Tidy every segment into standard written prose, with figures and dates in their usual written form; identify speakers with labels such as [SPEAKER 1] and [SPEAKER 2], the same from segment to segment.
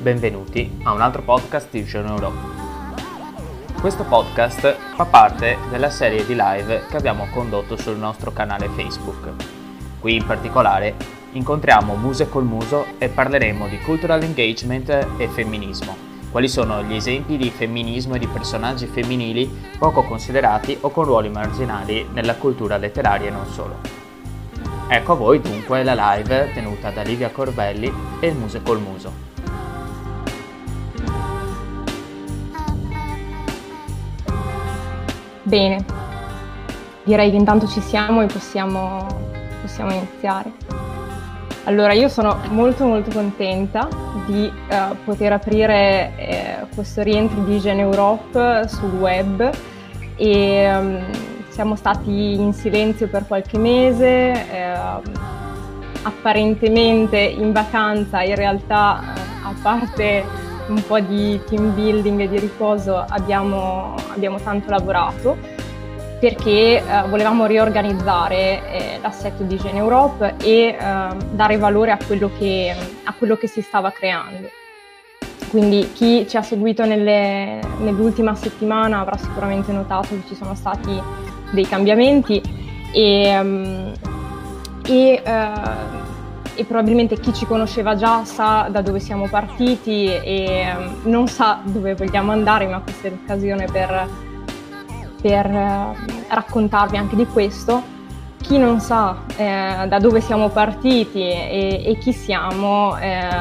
[SPEAKER 1] benvenuti a un altro podcast di Jeune Europe. Questo podcast fa parte della serie di live che abbiamo condotto sul nostro canale Facebook. Qui in particolare incontriamo Muse col Muso e parleremo di cultural engagement e femminismo. Quali sono gli esempi di femminismo e di personaggi femminili poco considerati o con ruoli marginali nella cultura letteraria e non solo. Ecco a voi dunque la live tenuta da Livia Corbelli e il Muse col Muso.
[SPEAKER 2] Bene, direi che intanto ci siamo e possiamo iniziare. Allora, io sono molto contenta di poter aprire questo rientro di Jeune Europe sul web e siamo stati in silenzio per qualche mese, apparentemente in vacanza, in realtà a parte un po' di team building e di riposo abbiamo tanto lavorato perché volevamo riorganizzare l'assetto di Jeune Europe e dare valore a quello che si stava creando. Quindi chi ci ha seguito nell'ultima settimana avrà sicuramente notato che ci sono stati dei cambiamenti e probabilmente chi ci conosceva già sa da dove siamo partiti e non sa dove vogliamo andare, ma questa è l'occasione per raccontarvi anche di questo. Chi non sa da dove siamo partiti e chi siamo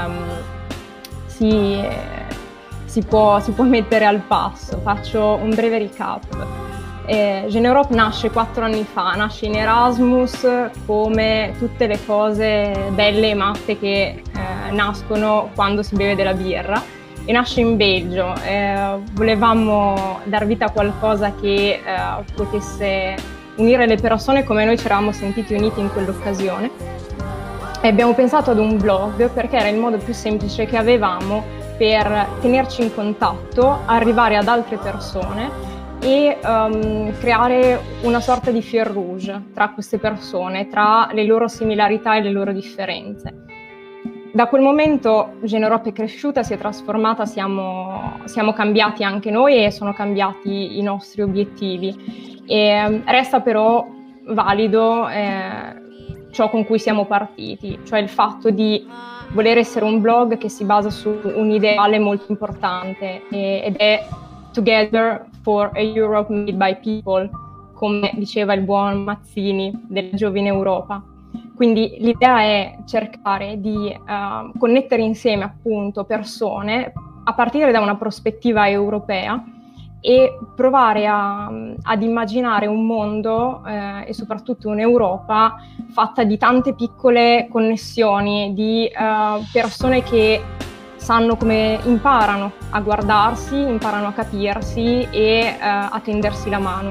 [SPEAKER 2] si può mettere al passo. Faccio un breve recap. Jeune Europe nasce 4 anni fa, nasce in Erasmus come tutte le cose belle e matte che nascono quando si beve della birra, e nasce in Belgio. Volevamo dar vita a qualcosa che potesse unire le persone come noi ci eravamo sentiti uniti in quell'occasione, e abbiamo pensato ad un blog perché era il modo più semplice che avevamo per tenerci in contatto, arrivare ad altre persone e creare una sorta di fil rouge tra queste persone, tra le loro similarità e le loro differenze. Da quel momento Jeune Europe è cresciuta, si è trasformata, siamo cambiati anche noi e sono cambiati i nostri obiettivi. E resta però valido ciò con cui siamo partiti, cioè il fatto di voler essere un blog che si basa su un ideale molto importante ed è Together for a Europe made by people, come diceva il buon Mazzini della Giovine Europa. Quindi l'idea è cercare di connettere insieme appunto persone a partire da una prospettiva europea e provare ad immaginare un mondo e soprattutto un'Europa fatta di tante piccole connessioni, di persone che sanno come imparano a guardarsi, imparano a capirsi e a tendersi la mano.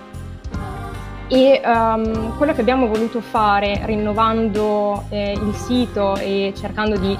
[SPEAKER 2] E quello che abbiamo voluto fare rinnovando il sito e cercando di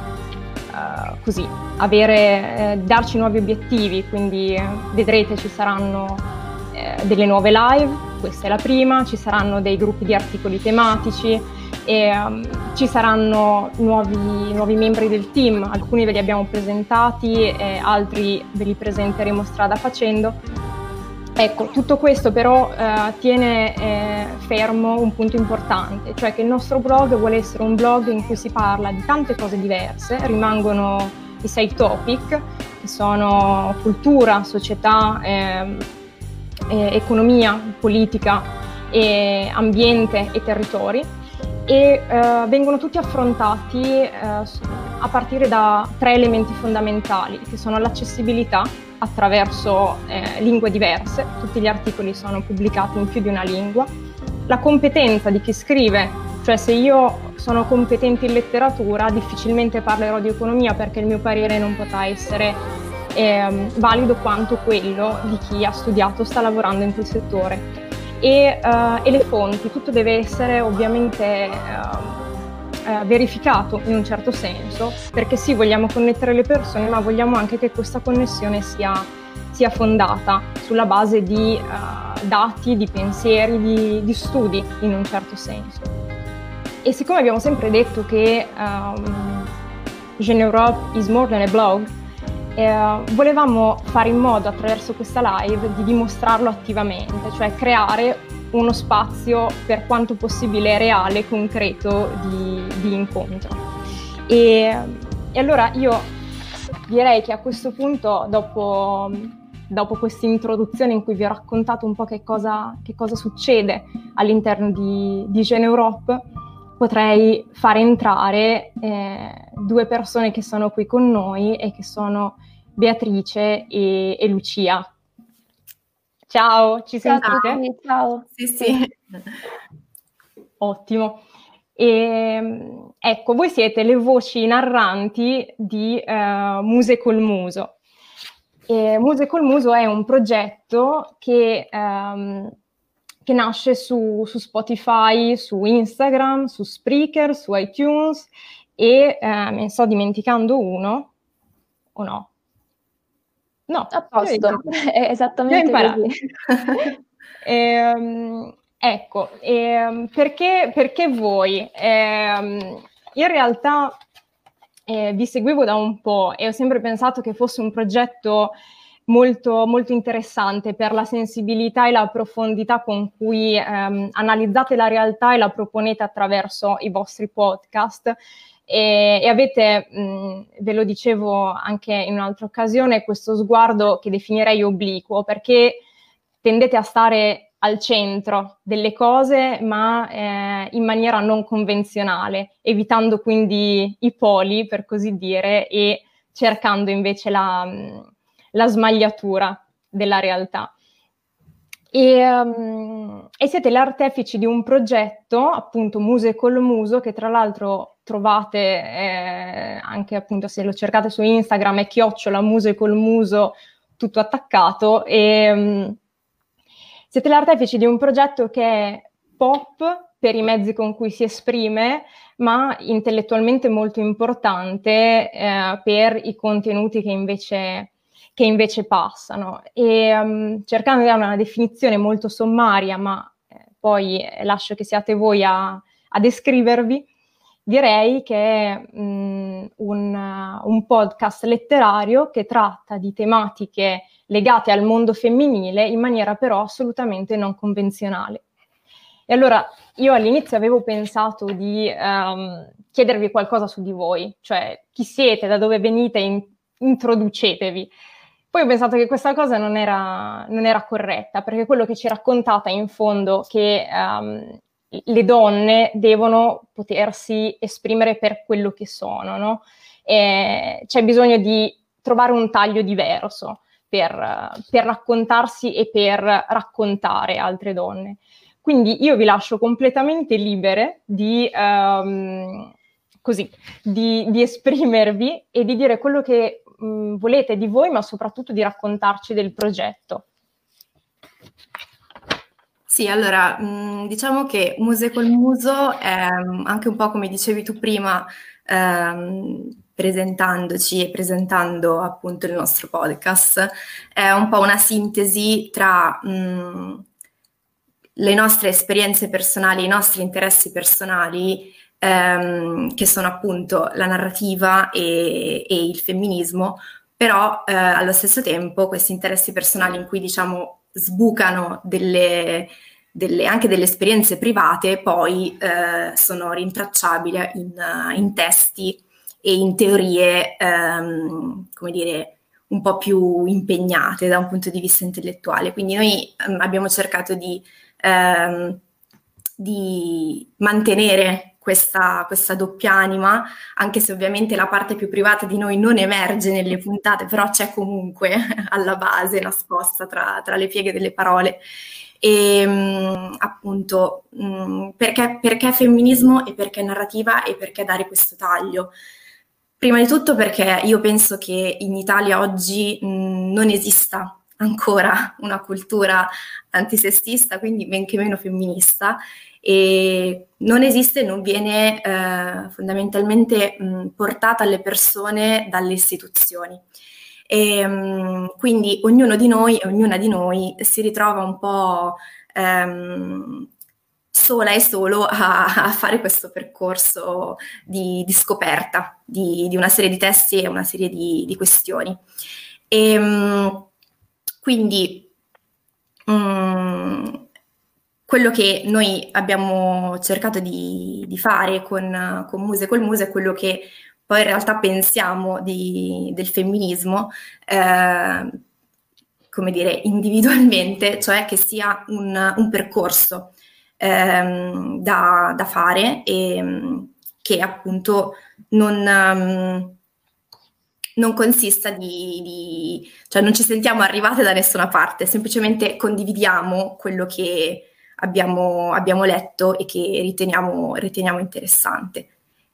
[SPEAKER 2] darci nuovi obiettivi, quindi vedrete ci saranno delle nuove live, questa è la prima, ci saranno dei gruppi di articoli tematici e ci saranno nuovi membri del team, alcuni ve li abbiamo presentati, altri ve li presenteremo strada facendo. Ecco, tutto questo però tiene fermo un punto importante, cioè che il nostro blog vuole essere un blog in cui si parla di tante cose diverse, rimangono i 6 topic, che sono cultura, società, economia, politica, ambiente e territori, e vengono tutti affrontati a partire da 3 elementi fondamentali, che sono l'accessibilità attraverso lingue diverse, tutti gli articoli sono pubblicati in più di una lingua, la competenza di chi scrive, cioè se io sono competente in letteratura difficilmente parlerò di economia perché il mio parere non potrà essere valido quanto quello di chi ha studiato o sta lavorando in quel settore. E le fonti, tutto deve essere ovviamente verificato in un certo senso, perché sì, vogliamo connettere le persone, ma vogliamo anche che questa connessione sia fondata sulla base di dati, di pensieri, di studi in un certo senso. E siccome abbiamo sempre detto che Jeune Europe is more than a blog, volevamo fare in modo attraverso questa live di dimostrarlo attivamente, cioè creare uno spazio per quanto possibile reale, concreto di incontro. E allora io direi che a questo punto, dopo questa introduzione in cui vi ho raccontato un po' che cosa succede all'interno di Gen Europe, potrei fare entrare due persone che sono qui con noi e che sono Beatrice e Lucia. Ciao, ci sentite?
[SPEAKER 3] Ciao a tutti, ciao.
[SPEAKER 4] Sì.
[SPEAKER 2] Ottimo. Ecco, voi siete le voci narranti di Muse col Muso. Muse col Muso è un progetto che nasce su Spotify, su Instagram, su Spreaker, su iTunes e me ne sto dimenticando uno, o no? No,
[SPEAKER 3] a posto, è esattamente così.
[SPEAKER 2] Ecco, perché voi? In realtà vi seguivo da un po' e ho sempre pensato che fosse un progetto molto, molto interessante per la sensibilità e la profondità con cui analizzate la realtà e la proponete attraverso i vostri podcast. E avete, ve lo dicevo anche in un'altra occasione, questo sguardo che definirei obliquo, perché tendete a stare al centro delle cose, ma in maniera non convenzionale, evitando quindi i poli, per così dire, e cercando invece la smagliatura della realtà. E siete l'artefici di un progetto, appunto Muse col Muso, che tra l'altro trovate anche appunto se lo cercate su Instagram, è @Muse col Muso, tutto attaccato, e siete l'artefici di un progetto che è pop per i mezzi con cui si esprime, ma intellettualmente molto importante per i contenuti che invece passano. E cercando di dare una definizione molto sommaria, ma poi lascio che siate voi a descrivervi, direi che è un podcast letterario che tratta di tematiche legate al mondo femminile in maniera però assolutamente non convenzionale. E allora io all'inizio avevo pensato di chiedervi qualcosa su di voi, cioè chi siete, da dove venite, introducetevi. Poi ho pensato che questa cosa non era corretta, perché quello che ci raccontate è in fondo che le donne devono potersi esprimere per quello che sono, no? E c'è bisogno di trovare un taglio diverso per raccontarsi e per raccontare altre donne. Quindi io vi lascio completamente libere di esprimervi e di dire quello che volete di voi, ma soprattutto di raccontarci del progetto.
[SPEAKER 4] Sì, allora, diciamo che Muse col Muso è anche un po' come dicevi tu prima, presentandoci e presentando appunto il nostro podcast, è un po' una sintesi tra le nostre esperienze personali, i nostri interessi personali, che sono appunto la narrativa e il femminismo, però allo stesso tempo questi interessi personali in cui diciamo sbucano anche delle esperienze private, poi sono rintracciabili in testi e in teorie, come dire, un po' più impegnate da un punto di vista intellettuale. Quindi noi abbiamo cercato di mantenere questa doppia anima, anche se ovviamente la parte più privata di noi non emerge nelle puntate, però c'è comunque alla base, nascosta tra le pieghe delle parole. E appunto perché femminismo e perché narrativa e perché dare questo taglio? Prima di tutto perché io penso che in Italia oggi non esista ancora una cultura antisessista, quindi benché meno femminista, e non esiste, non viene fondamentalmente portata alle persone dalle istituzioni. E quindi ognuno di noi e ognuna di noi si ritrova un po' sola e solo a fare questo percorso di scoperta di una serie di testi e una serie di questioni. Quindi quello che noi abbiamo cercato di fare con Muse col Muse è quello che poi in realtà pensiamo del femminismo, come dire, individualmente, cioè che sia un percorso da fare e che appunto non consista cioè non ci sentiamo arrivate da nessuna parte, semplicemente condividiamo quello che abbiamo letto e che riteniamo interessante.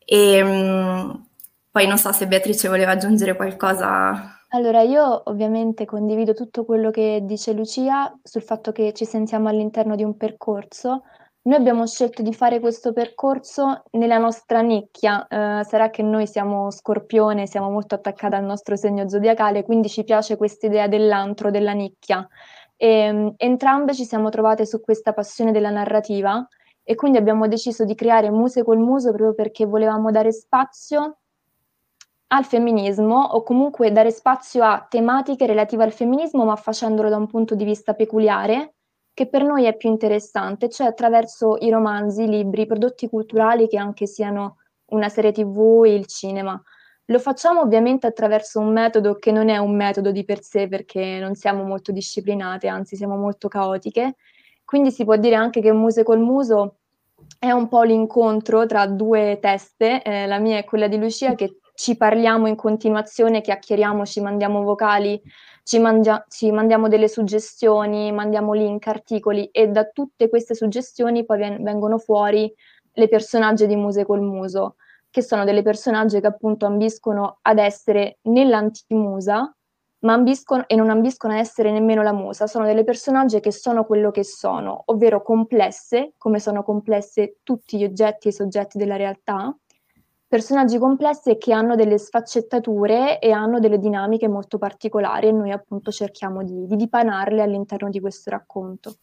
[SPEAKER 4] Poi non so se Beatrice voleva aggiungere qualcosa.
[SPEAKER 3] Allora, io ovviamente condivido tutto quello che dice Lucia sul fatto che ci sentiamo all'interno di un percorso. Noi abbiamo scelto di fare questo percorso nella nostra nicchia, sarà che noi siamo Scorpione, siamo molto attaccate al nostro segno zodiacale, quindi ci piace questa idea dell'antro, della nicchia. Entrambe ci siamo trovate su questa passione della narrativa e quindi abbiamo deciso di creare Muse col Muso proprio perché volevamo dare spazio al femminismo o comunque dare spazio a tematiche relative al femminismo, ma facendolo da un punto di vista peculiare, che per noi è più interessante, cioè attraverso i romanzi, i libri, i prodotti culturali che anche siano una serie TV e il cinema. Lo facciamo ovviamente attraverso un metodo che non è un metodo di per sé perché non siamo molto disciplinate, anzi siamo molto caotiche, quindi si può dire anche che Muse col Muso è un po' l'incontro tra due teste, la mia e quella di Lucia, che ci parliamo in continuazione, chiacchieriamo, ci mandiamo vocali, ci mandiamo delle suggestioni, mandiamo link, articoli e da tutte queste suggestioni poi vengono fuori le personaggi di Muse col Muso, che sono delle personaggi che appunto ambiscono ad essere nell'antimusa, ma non ambiscono a essere nemmeno la musa, sono delle personaggi che sono quello che sono, ovvero complesse, come sono complesse tutti gli oggetti e i soggetti della realtà, personaggi complessi che hanno delle sfaccettature e hanno delle dinamiche molto particolari e noi appunto cerchiamo di dipanarle all'interno di questo racconto.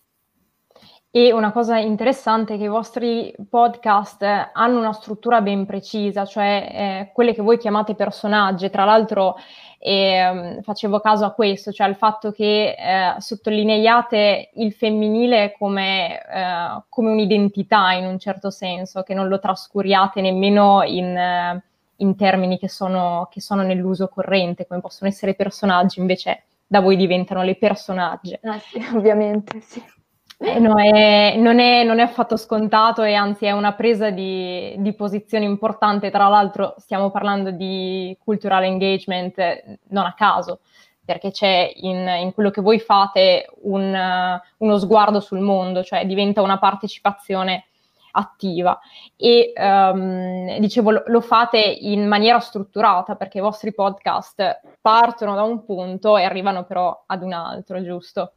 [SPEAKER 2] E una cosa interessante è che i vostri podcast hanno una struttura ben precisa, cioè quelle che voi chiamate personaggi, tra l'altro facevo caso a questo, cioè al fatto che sottolineiate il femminile come un'identità in un certo senso, che non lo trascuriate nemmeno in termini che sono nell'uso corrente, come possono essere personaggi, invece da voi diventano le personagge.
[SPEAKER 3] Ah sì, ovviamente, sì.
[SPEAKER 2] Non è affatto scontato e anzi è una presa di posizione importante. Tra l'altro stiamo parlando di cultural engagement non a caso, perché c'è in quello che voi fate uno sguardo sul mondo, cioè diventa una partecipazione attiva e dicevo lo fate in maniera strutturata perché i vostri podcast partono da un punto e arrivano però ad un altro, giusto?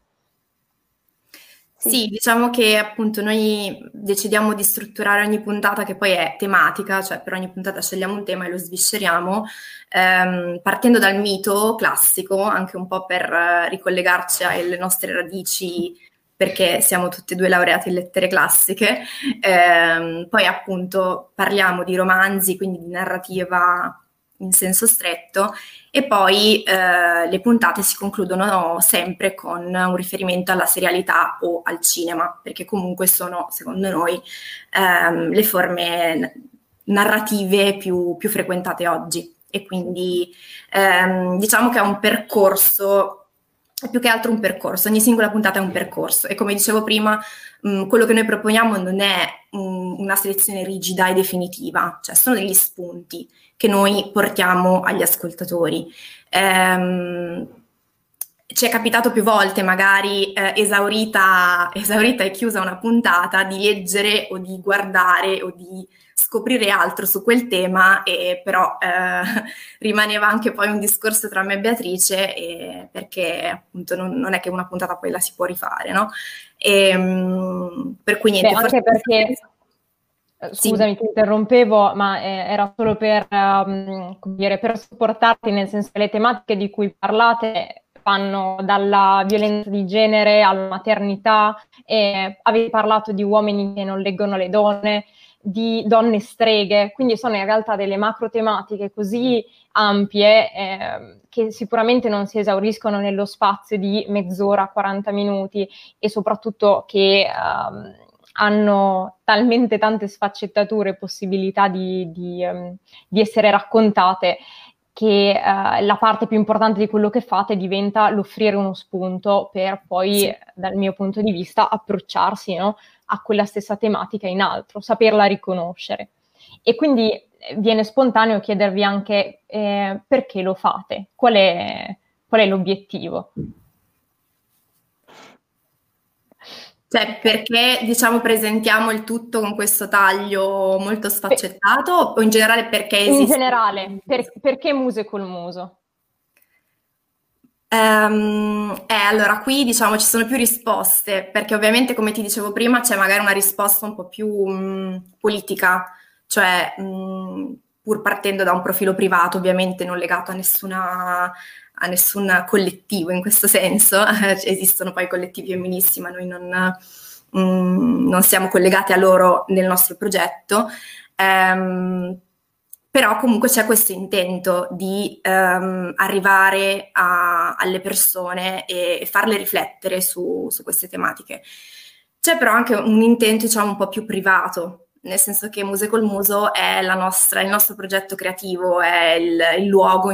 [SPEAKER 4] Sì, diciamo che appunto noi decidiamo di strutturare ogni puntata che poi è tematica, cioè per ogni puntata scegliamo un tema e lo svisceriamo, partendo dal mito classico, anche un po' per ricollegarci alle nostre radici, perché siamo tutte e due laureate in lettere classiche, poi appunto parliamo di romanzi, quindi di narrativa in senso stretto, e poi le puntate si concludono sempre con un riferimento alla serialità o al cinema, perché comunque sono, secondo noi, le forme narrative più frequentate oggi. E quindi diciamo che è un percorso, più che altro un percorso, ogni singola puntata è un percorso. E come dicevo prima, quello che noi proponiamo non è una selezione rigida e definitiva, cioè sono degli spunti che noi portiamo agli ascoltatori. Ci è capitato più volte, magari esaurita e chiusa una puntata, di leggere o di guardare o di scoprire altro su quel tema, e però rimaneva anche poi un discorso tra me e Beatrice, perché appunto non è che una puntata poi la si può rifare, no? Per cui niente.
[SPEAKER 2] Anche perché... Scusami, ti interrompevo, ma era solo per supportarti, nel senso che le tematiche di cui parlate vanno dalla violenza di genere alla maternità, avete parlato di uomini che non leggono le donne, di donne streghe, quindi sono in realtà delle macro tematiche così ampie che sicuramente non si esauriscono nello spazio di mezz'ora, 40 minuti e soprattutto che hanno talmente tante sfaccettature e possibilità di essere raccontate che la parte più importante di quello che fate diventa l'offrire uno spunto per poi,
[SPEAKER 4] Sì.
[SPEAKER 2] dal mio punto di vista, approcciarsi, no, a quella stessa tematica in altro, saperla riconoscere. E quindi viene spontaneo chiedervi anche perché lo fate, qual è l'obiettivo?
[SPEAKER 4] Cioè, perché diciamo presentiamo il tutto con questo taglio molto sfaccettato o in generale perché esiste?
[SPEAKER 2] In generale, perché Muse col Muso?
[SPEAKER 4] Allora, qui diciamo ci sono più risposte, perché ovviamente come ti dicevo prima c'è magari una risposta un po' più politica, cioè pur partendo da un profilo privato, ovviamente non legato a nessun collettivo in questo senso, esistono poi collettivi femministi, ma noi non siamo collegati a loro nel nostro progetto, però comunque c'è questo intento di arrivare alle persone e farle riflettere su queste tematiche. C'è però anche un intento, diciamo, un po' più privato, nel senso che Muse col Muso è il nostro progetto creativo, è il luogo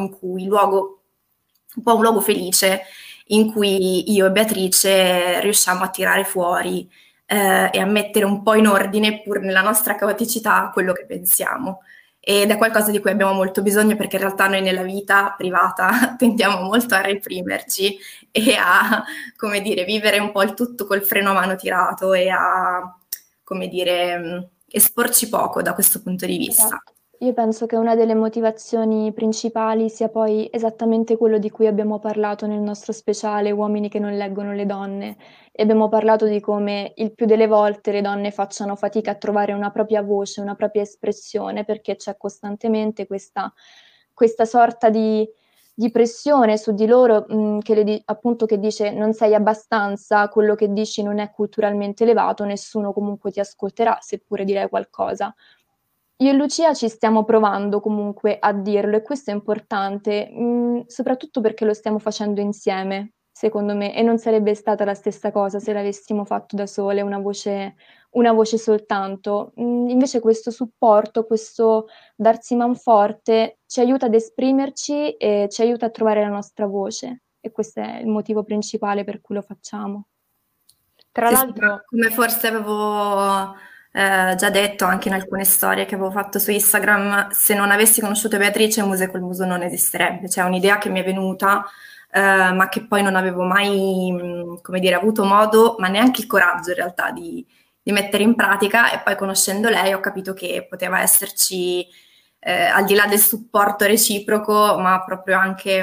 [SPEAKER 4] un po' un luogo felice in cui io e Beatrice riusciamo a tirare fuori e a mettere un po' in ordine, pur nella nostra caoticità, quello che pensiamo. Ed è qualcosa di cui abbiamo molto bisogno, perché in realtà noi nella vita privata tendiamo molto a reprimerci e a, come dire, vivere un po' il tutto col freno a mano tirato e a, come dire, esporci poco da questo punto di vista.
[SPEAKER 3] Esatto. Io penso che una delle motivazioni principali sia poi esattamente quello di cui abbiamo parlato nel nostro speciale Uomini che non leggono le donne, e abbiamo parlato di come il più delle volte le donne facciano fatica a trovare una propria voce, una propria espressione, perché c'è costantemente questa sorta di pressione su di loro, appunto, che dice non sei abbastanza, quello che dici non è culturalmente elevato, nessuno comunque ti ascolterà, seppure direi qualcosa. Io e Lucia ci stiamo provando comunque a dirlo, e questo è importante, soprattutto perché lo stiamo facendo insieme, secondo me, e non sarebbe stata la stessa cosa se l'avessimo fatto da sole, una voce soltanto. Invece questo supporto, questo darsi manforte ci aiuta ad esprimerci e ci aiuta a trovare la nostra voce, e questo è il motivo principale per cui lo facciamo.
[SPEAKER 2] Tra
[SPEAKER 4] Sì,
[SPEAKER 2] l'altro,
[SPEAKER 4] come forse avevo già detto anche in alcune storie che avevo fatto su Instagram, se non avessi conosciuto Beatrice, Muse col Muso non esisterebbe. Cioè, è un'idea che mi è venuta, ma che poi non avevo mai, come dire, avuto modo, ma neanche il coraggio in realtà di mettere in pratica. E poi conoscendo lei ho capito che poteva esserci, al di là del supporto reciproco, ma proprio anche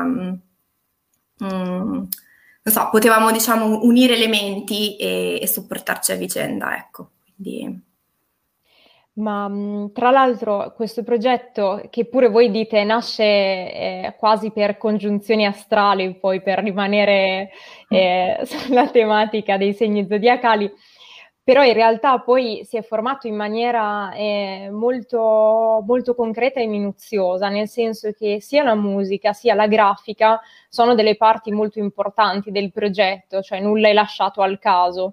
[SPEAKER 4] non so, potevamo, diciamo, unire elementi e supportarci a vicenda, ecco. Quindi...
[SPEAKER 2] Ma tra l'altro questo progetto, che pure voi dite nasce quasi per congiunzioni astrali, poi per rimanere sulla tematica dei segni zodiacali, però in realtà poi si è formato in maniera molto, molto concreta e minuziosa, nel senso che sia la musica sia la grafica sono delle parti molto importanti del progetto, cioè nulla è lasciato al caso.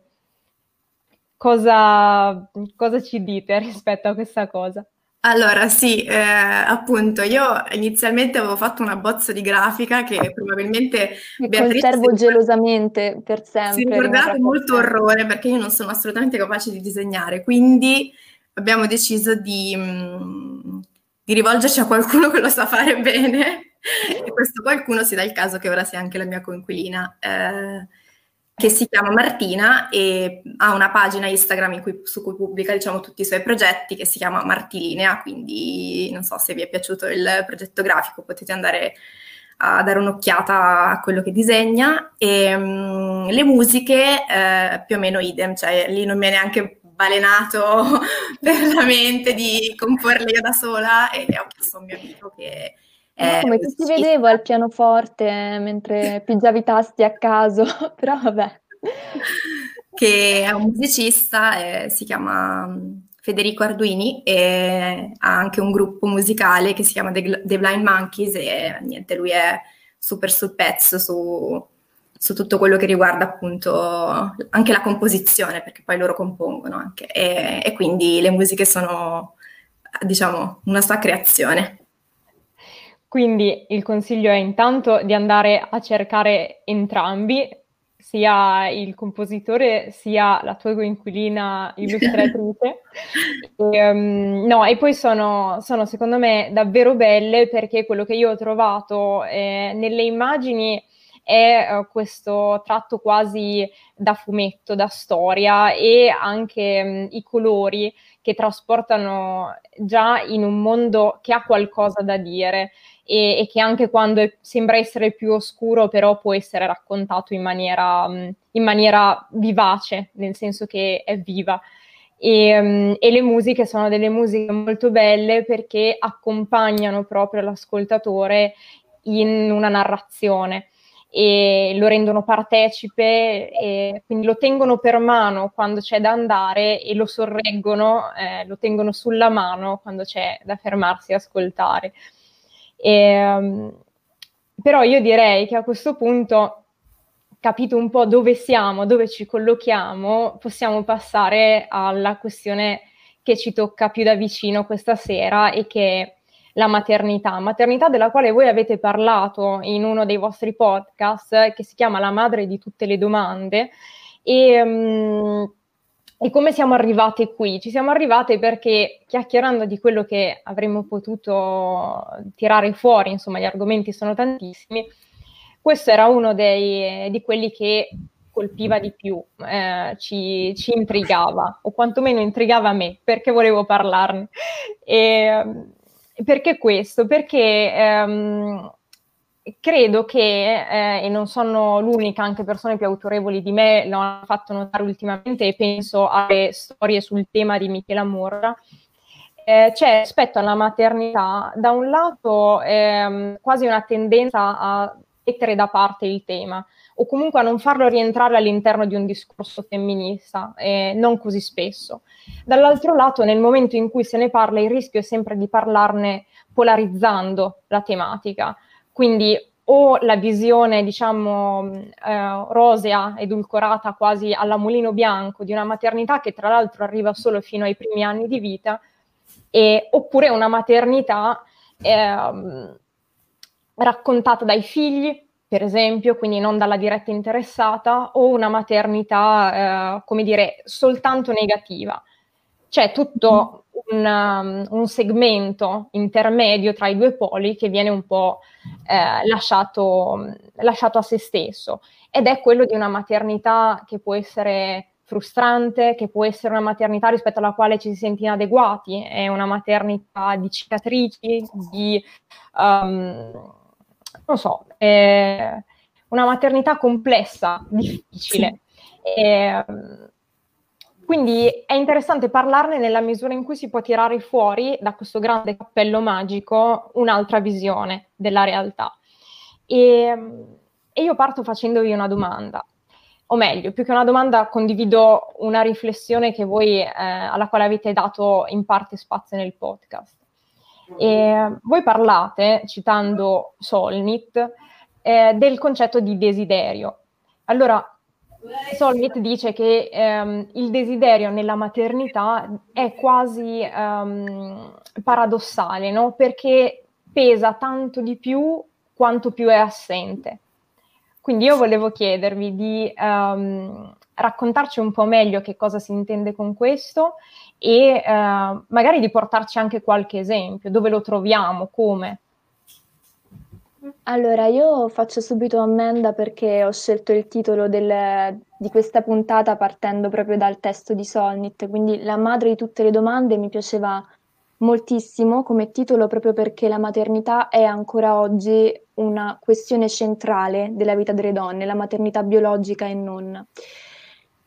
[SPEAKER 2] Cosa ci dite rispetto a questa cosa?
[SPEAKER 4] Allora, sì, appunto, io inizialmente avevo fatto un abbozzo di grafica che probabilmente
[SPEAKER 3] Che
[SPEAKER 4] Beatrice
[SPEAKER 3] conservo gelosamente per
[SPEAKER 4] si
[SPEAKER 3] sempre,
[SPEAKER 4] ricorderà
[SPEAKER 3] rimarrà
[SPEAKER 4] con
[SPEAKER 3] per
[SPEAKER 4] molto
[SPEAKER 3] sempre.
[SPEAKER 4] orrore, perché io non sono assolutamente capace di disegnare, quindi abbiamo deciso di rivolgerci a qualcuno che lo sa fare bene, e questo qualcuno si dà il caso che ora sia anche la mia coinquilina, che si chiama Martina e ha una pagina Instagram su cui pubblica, diciamo, tutti i suoi progetti, che si chiama Martilinea, quindi non so se vi è piaciuto il progetto grafico, potete andare a dare un'occhiata a quello che disegna. E le musiche più o meno idem, cioè lì non mi è neanche balenato per la mente di comporle io da sola, e ho chiesto a un mio amico che
[SPEAKER 3] Come ti vedevo al pianoforte mentre pigiavi i tasti a caso, però vabbè.
[SPEAKER 4] Che è un musicista, si chiama Federico Arduini e ha anche un gruppo musicale che si chiama The Blind Monkeys e niente, lui è super sul pezzo su tutto quello che riguarda appunto anche la composizione, perché poi loro compongono anche e quindi le musiche sono, diciamo, una sua creazione.
[SPEAKER 2] Quindi il consiglio è intanto di andare a cercare entrambi, sia il compositore sia la tua coinquilina illustratrice. E poi sono secondo me davvero belle, perché quello che io ho trovato nelle immagini è questo tratto quasi da fumetto, da storia, e anche i colori che trasportano già in un mondo che ha qualcosa da dire e che anche quando sembra essere più oscuro però può essere raccontato in maniera vivace, nel senso che è viva. E le musiche sono delle musiche molto belle perché accompagnano proprio l'ascoltatore in una narrazione e lo rendono partecipe, e quindi lo tengono per mano quando c'è da andare e lo sorreggono, lo tengono sulla mano quando c'è da fermarsi e ascoltare. Però io direi che a questo punto, capito un po' dove siamo, dove ci collochiamo, possiamo passare alla questione che ci tocca più da vicino questa sera, e che è la maternità della quale voi avete parlato in uno dei vostri podcast, che si chiama La madre di tutte le domande. E come siamo arrivate qui? Ci siamo arrivate perché, chiacchierando di quello che avremmo potuto tirare fuori, insomma, gli argomenti sono tantissimi, questo era uno di quelli che colpiva di più, ci intrigava, o quantomeno intrigava me, perché volevo parlarne. Perché questo? Perché credo che, e non sono l'unica, anche persone più autorevoli di me lo hanno fatto notare ultimamente, e penso alle storie sul tema di Michela Murra, c'è rispetto alla maternità, da un lato, quasi una tendenza a mettere da parte il tema, o comunque a non farlo rientrare all'interno di un discorso femminista, non così spesso. Dall'altro lato, nel momento in cui se ne parla, il rischio è sempre di parlarne polarizzando la tematica. Quindi o la visione, diciamo, rosea, edulcorata quasi alla Mulino Bianco di una maternità che tra l'altro arriva solo fino ai primi anni di vita, oppure una maternità raccontata dai figli, per esempio, quindi non dalla diretta interessata, o una maternità, come dire, soltanto negativa. C'è tutto un segmento intermedio tra i due poli che viene un po' lasciato a se stesso, ed è quello di una maternità che può essere frustrante, che può essere una maternità rispetto alla quale ci si sente inadeguati, è una maternità di cicatrici, non so, una maternità complessa, difficile. Quindi è interessante parlarne nella misura in cui si può tirare fuori da questo grande cappello magico un'altra visione della realtà. E io parto facendovi una domanda, o meglio, più che una domanda, condivido una riflessione che voi, alla quale avete dato in parte spazio nel podcast. Voi parlate, citando Solnit, del concetto di desiderio. Allora, Solnit dice che il desiderio nella maternità è quasi paradossale, no? Perché pesa tanto di più quanto più è assente. Quindi io volevo chiedervi di raccontarci un po' meglio che cosa si intende con questo, e magari di portarci anche qualche esempio, dove lo troviamo, come.
[SPEAKER 3] Allora, io faccio subito ammenda perché ho scelto il titolo di questa puntata partendo proprio dal testo di Solnit, quindi La madre di tutte le domande mi piaceva moltissimo come titolo, proprio perché la maternità è ancora oggi una questione centrale della vita delle donne, la maternità biologica e non.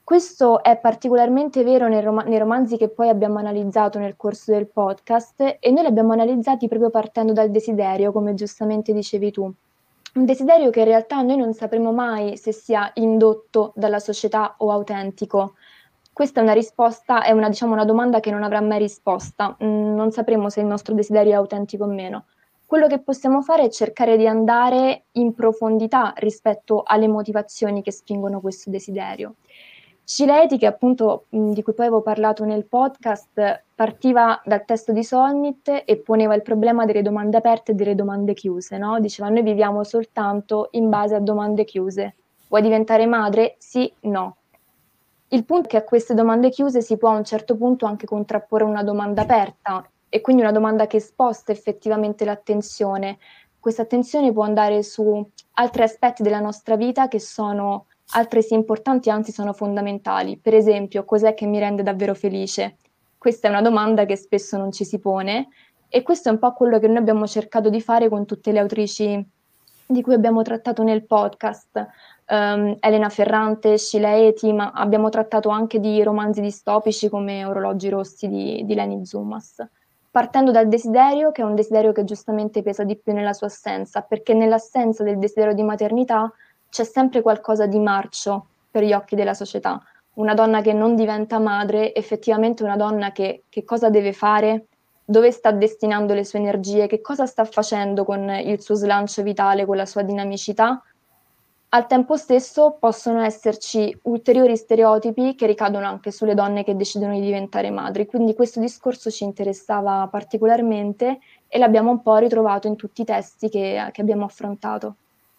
[SPEAKER 3] Questo è particolarmente vero nei romanzi che poi abbiamo analizzato nel corso del podcast, e noi li abbiamo analizzati proprio partendo dal desiderio, come giustamente dicevi tu. Un desiderio che in realtà noi non sapremo mai se sia indotto dalla società o autentico. Questa è una risposta, è una domanda che non avrà mai risposta. Non sapremo se il nostro desiderio è autentico o meno. Quello che possiamo fare è cercare di andare in profondità rispetto alle motivazioni che spingono questo desiderio. Scileti, che appunto di cui poi avevo parlato nel podcast, partiva dal testo di Solnit e poneva il problema delle domande aperte e delle domande chiuse, no? Diceva: noi viviamo soltanto in base a domande chiuse. Vuoi diventare madre? Sì, no. Il punto è che a queste domande chiuse si può a un certo punto anche contrapporre una domanda aperta, e quindi una domanda che sposta effettivamente l'attenzione. Questa attenzione può andare su altri aspetti della nostra vita che sono altresì importanti, anzi sono fondamentali. Per esempio, cos'è che mi rende davvero felice? Questa è una domanda che spesso non ci si pone, e questo è un po' quello che noi abbiamo cercato di fare con tutte le autrici di cui abbiamo trattato nel podcast. Elena Ferrante, Sheila Heti, ma abbiamo trattato anche di romanzi distopici come Orologi Rossi di Leni Zumas, partendo dal desiderio, che è un desiderio che giustamente pesa di più nella sua assenza, perché nell'assenza del desiderio di maternità c'è sempre qualcosa di marcio per gli occhi della società. Una donna che non diventa madre, effettivamente una donna che cosa deve fare, dove sta destinando le sue energie, che cosa sta facendo con il suo slancio vitale, con la sua dinamicità. Al tempo stesso possono esserci ulteriori stereotipi che ricadono anche sulle donne che decidono di diventare madri, quindi questo discorso ci interessava particolarmente e l'abbiamo un po' ritrovato in tutti i testi che abbiamo affrontato.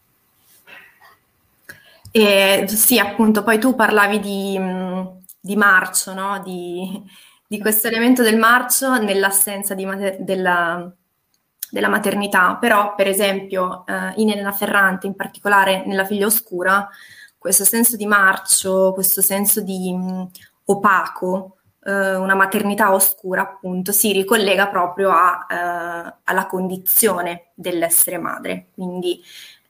[SPEAKER 4] Sì, appunto, poi tu parlavi di marcio, no? Di questo elemento del marcio nell'assenza della maternità, però per esempio in Elena Ferrante, in particolare nella Figlia Oscura, questo senso di marcio, questo senso di opaco, una maternità oscura appunto, si ricollega proprio alla condizione dell'essere madre, quindi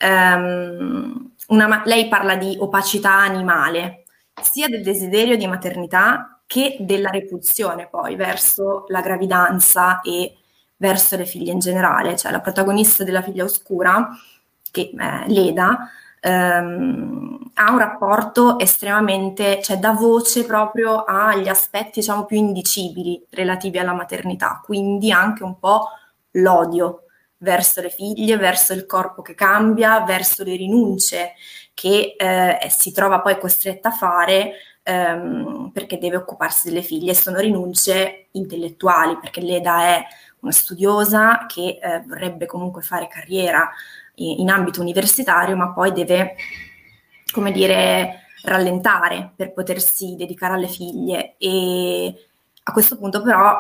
[SPEAKER 4] lei parla di opacità animale, sia del desiderio di maternità che della repulsione poi verso la gravidanza e verso le figlie in generale. Cioè la protagonista della Figlia Oscura, che è Leda, ha un rapporto estremamente, cioè dà voce proprio agli aspetti diciamo più indicibili relativi alla maternità, quindi anche un po' l'odio verso le figlie, verso il corpo che cambia, verso le rinunce che si trova poi costretta a fare perché deve occuparsi delle figlie. Sono rinunce intellettuali, perché Leda è una studiosa che vorrebbe comunque fare carriera in ambito universitario, ma poi deve, come dire, rallentare per potersi dedicare alle figlie. E a questo punto però,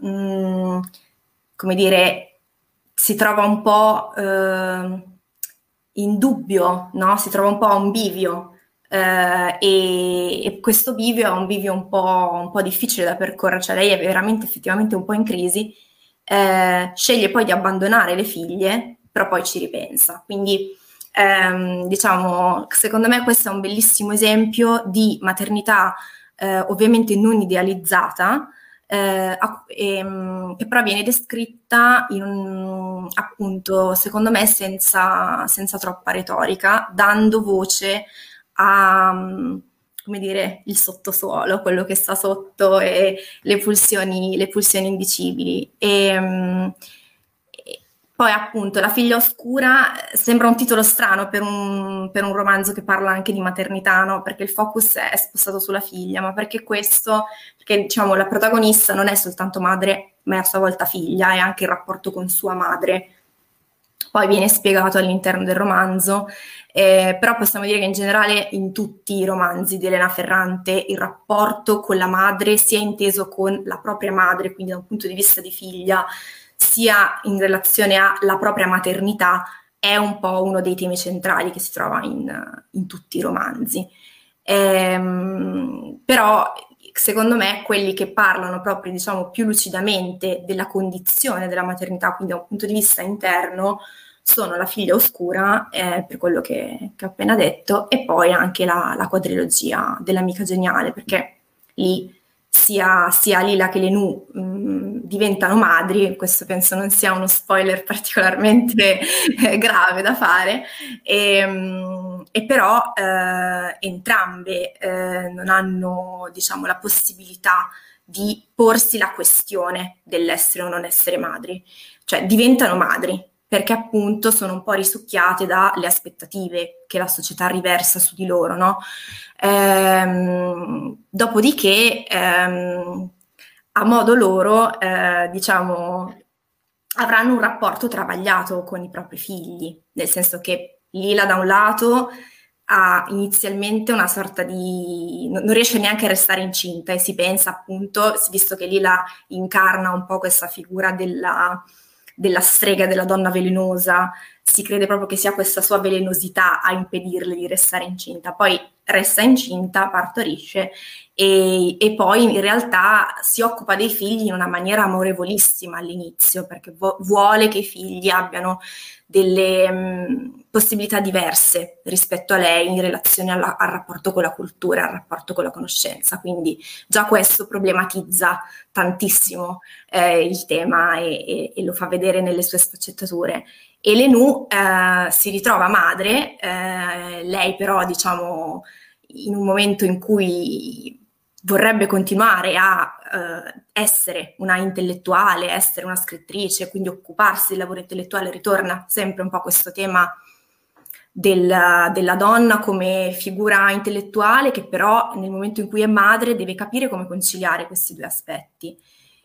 [SPEAKER 4] come dire, si trova un po' in dubbio, no? Si trova un po' a un bivio, e questo bivio è un bivio un po' difficile da percorrere, cioè lei è veramente effettivamente un po' in crisi, sceglie poi di abbandonare le figlie, però poi ci ripensa. Quindi diciamo, secondo me questo è un bellissimo esempio di maternità ovviamente non idealizzata, che però viene descritta appunto, secondo me, senza troppa retorica, dando voce a, come dire, il sottosuolo, quello che sta sotto e le pulsioni indicibili. Poi appunto La Figlia Oscura sembra un titolo strano per un romanzo che parla anche di maternità, no? Perché il focus è spostato sulla figlia, ma perché diciamo la protagonista non è soltanto madre, ma è a sua volta figlia, e anche il rapporto con sua madre poi viene spiegato all'interno del romanzo, però possiamo dire che in generale in tutti i romanzi di Elena Ferrante il rapporto con la madre, sia inteso con la propria madre, quindi da un punto di vista di figlia, sia in relazione alla propria maternità, è un po' uno dei temi centrali che si trova in tutti i romanzi. Però secondo me quelli che parlano proprio, diciamo, più lucidamente della condizione della maternità, quindi da un punto di vista interno, sono La figlia oscura, per quello che ho appena detto, e poi anche la quadrilogia dell'Amica geniale, perché lì sia Lila che Lenù diventano madri. Questo penso non sia uno spoiler particolarmente grave da fare, e però entrambe non hanno, diciamo, la possibilità di porsi la questione dell'essere o non essere madri, cioè diventano madri perché appunto sono un po' risucchiate dalle aspettative che la società riversa su di loro, no? Dopodiché, a modo loro, diciamo, avranno un rapporto travagliato con i propri figli, nel senso che Lila da un lato ha inizialmente una sorta di... non riesce neanche a restare incinta, e si pensa appunto, visto che Lila incarna un po' questa figura della strega, della donna velenosa, si crede proprio che sia questa sua velenosità a impedirle di restare incinta. Poi resta incinta, partorisce e poi in realtà si occupa dei figli in una maniera amorevolissima all'inizio, perché vuole che i figli abbiano delle possibilità diverse rispetto a lei in relazione al rapporto con la cultura, al rapporto con la conoscenza. Quindi già questo problematizza tantissimo il tema e lo fa vedere nelle sue sfaccettature. E Lenù si ritrova madre, lei però, diciamo, in un momento in cui vorrebbe continuare a essere una intellettuale, essere una scrittrice, quindi occuparsi del lavoro intellettuale, ritorna sempre un po' questo tema della donna come figura intellettuale, che però nel momento in cui è madre deve capire come conciliare questi due aspetti.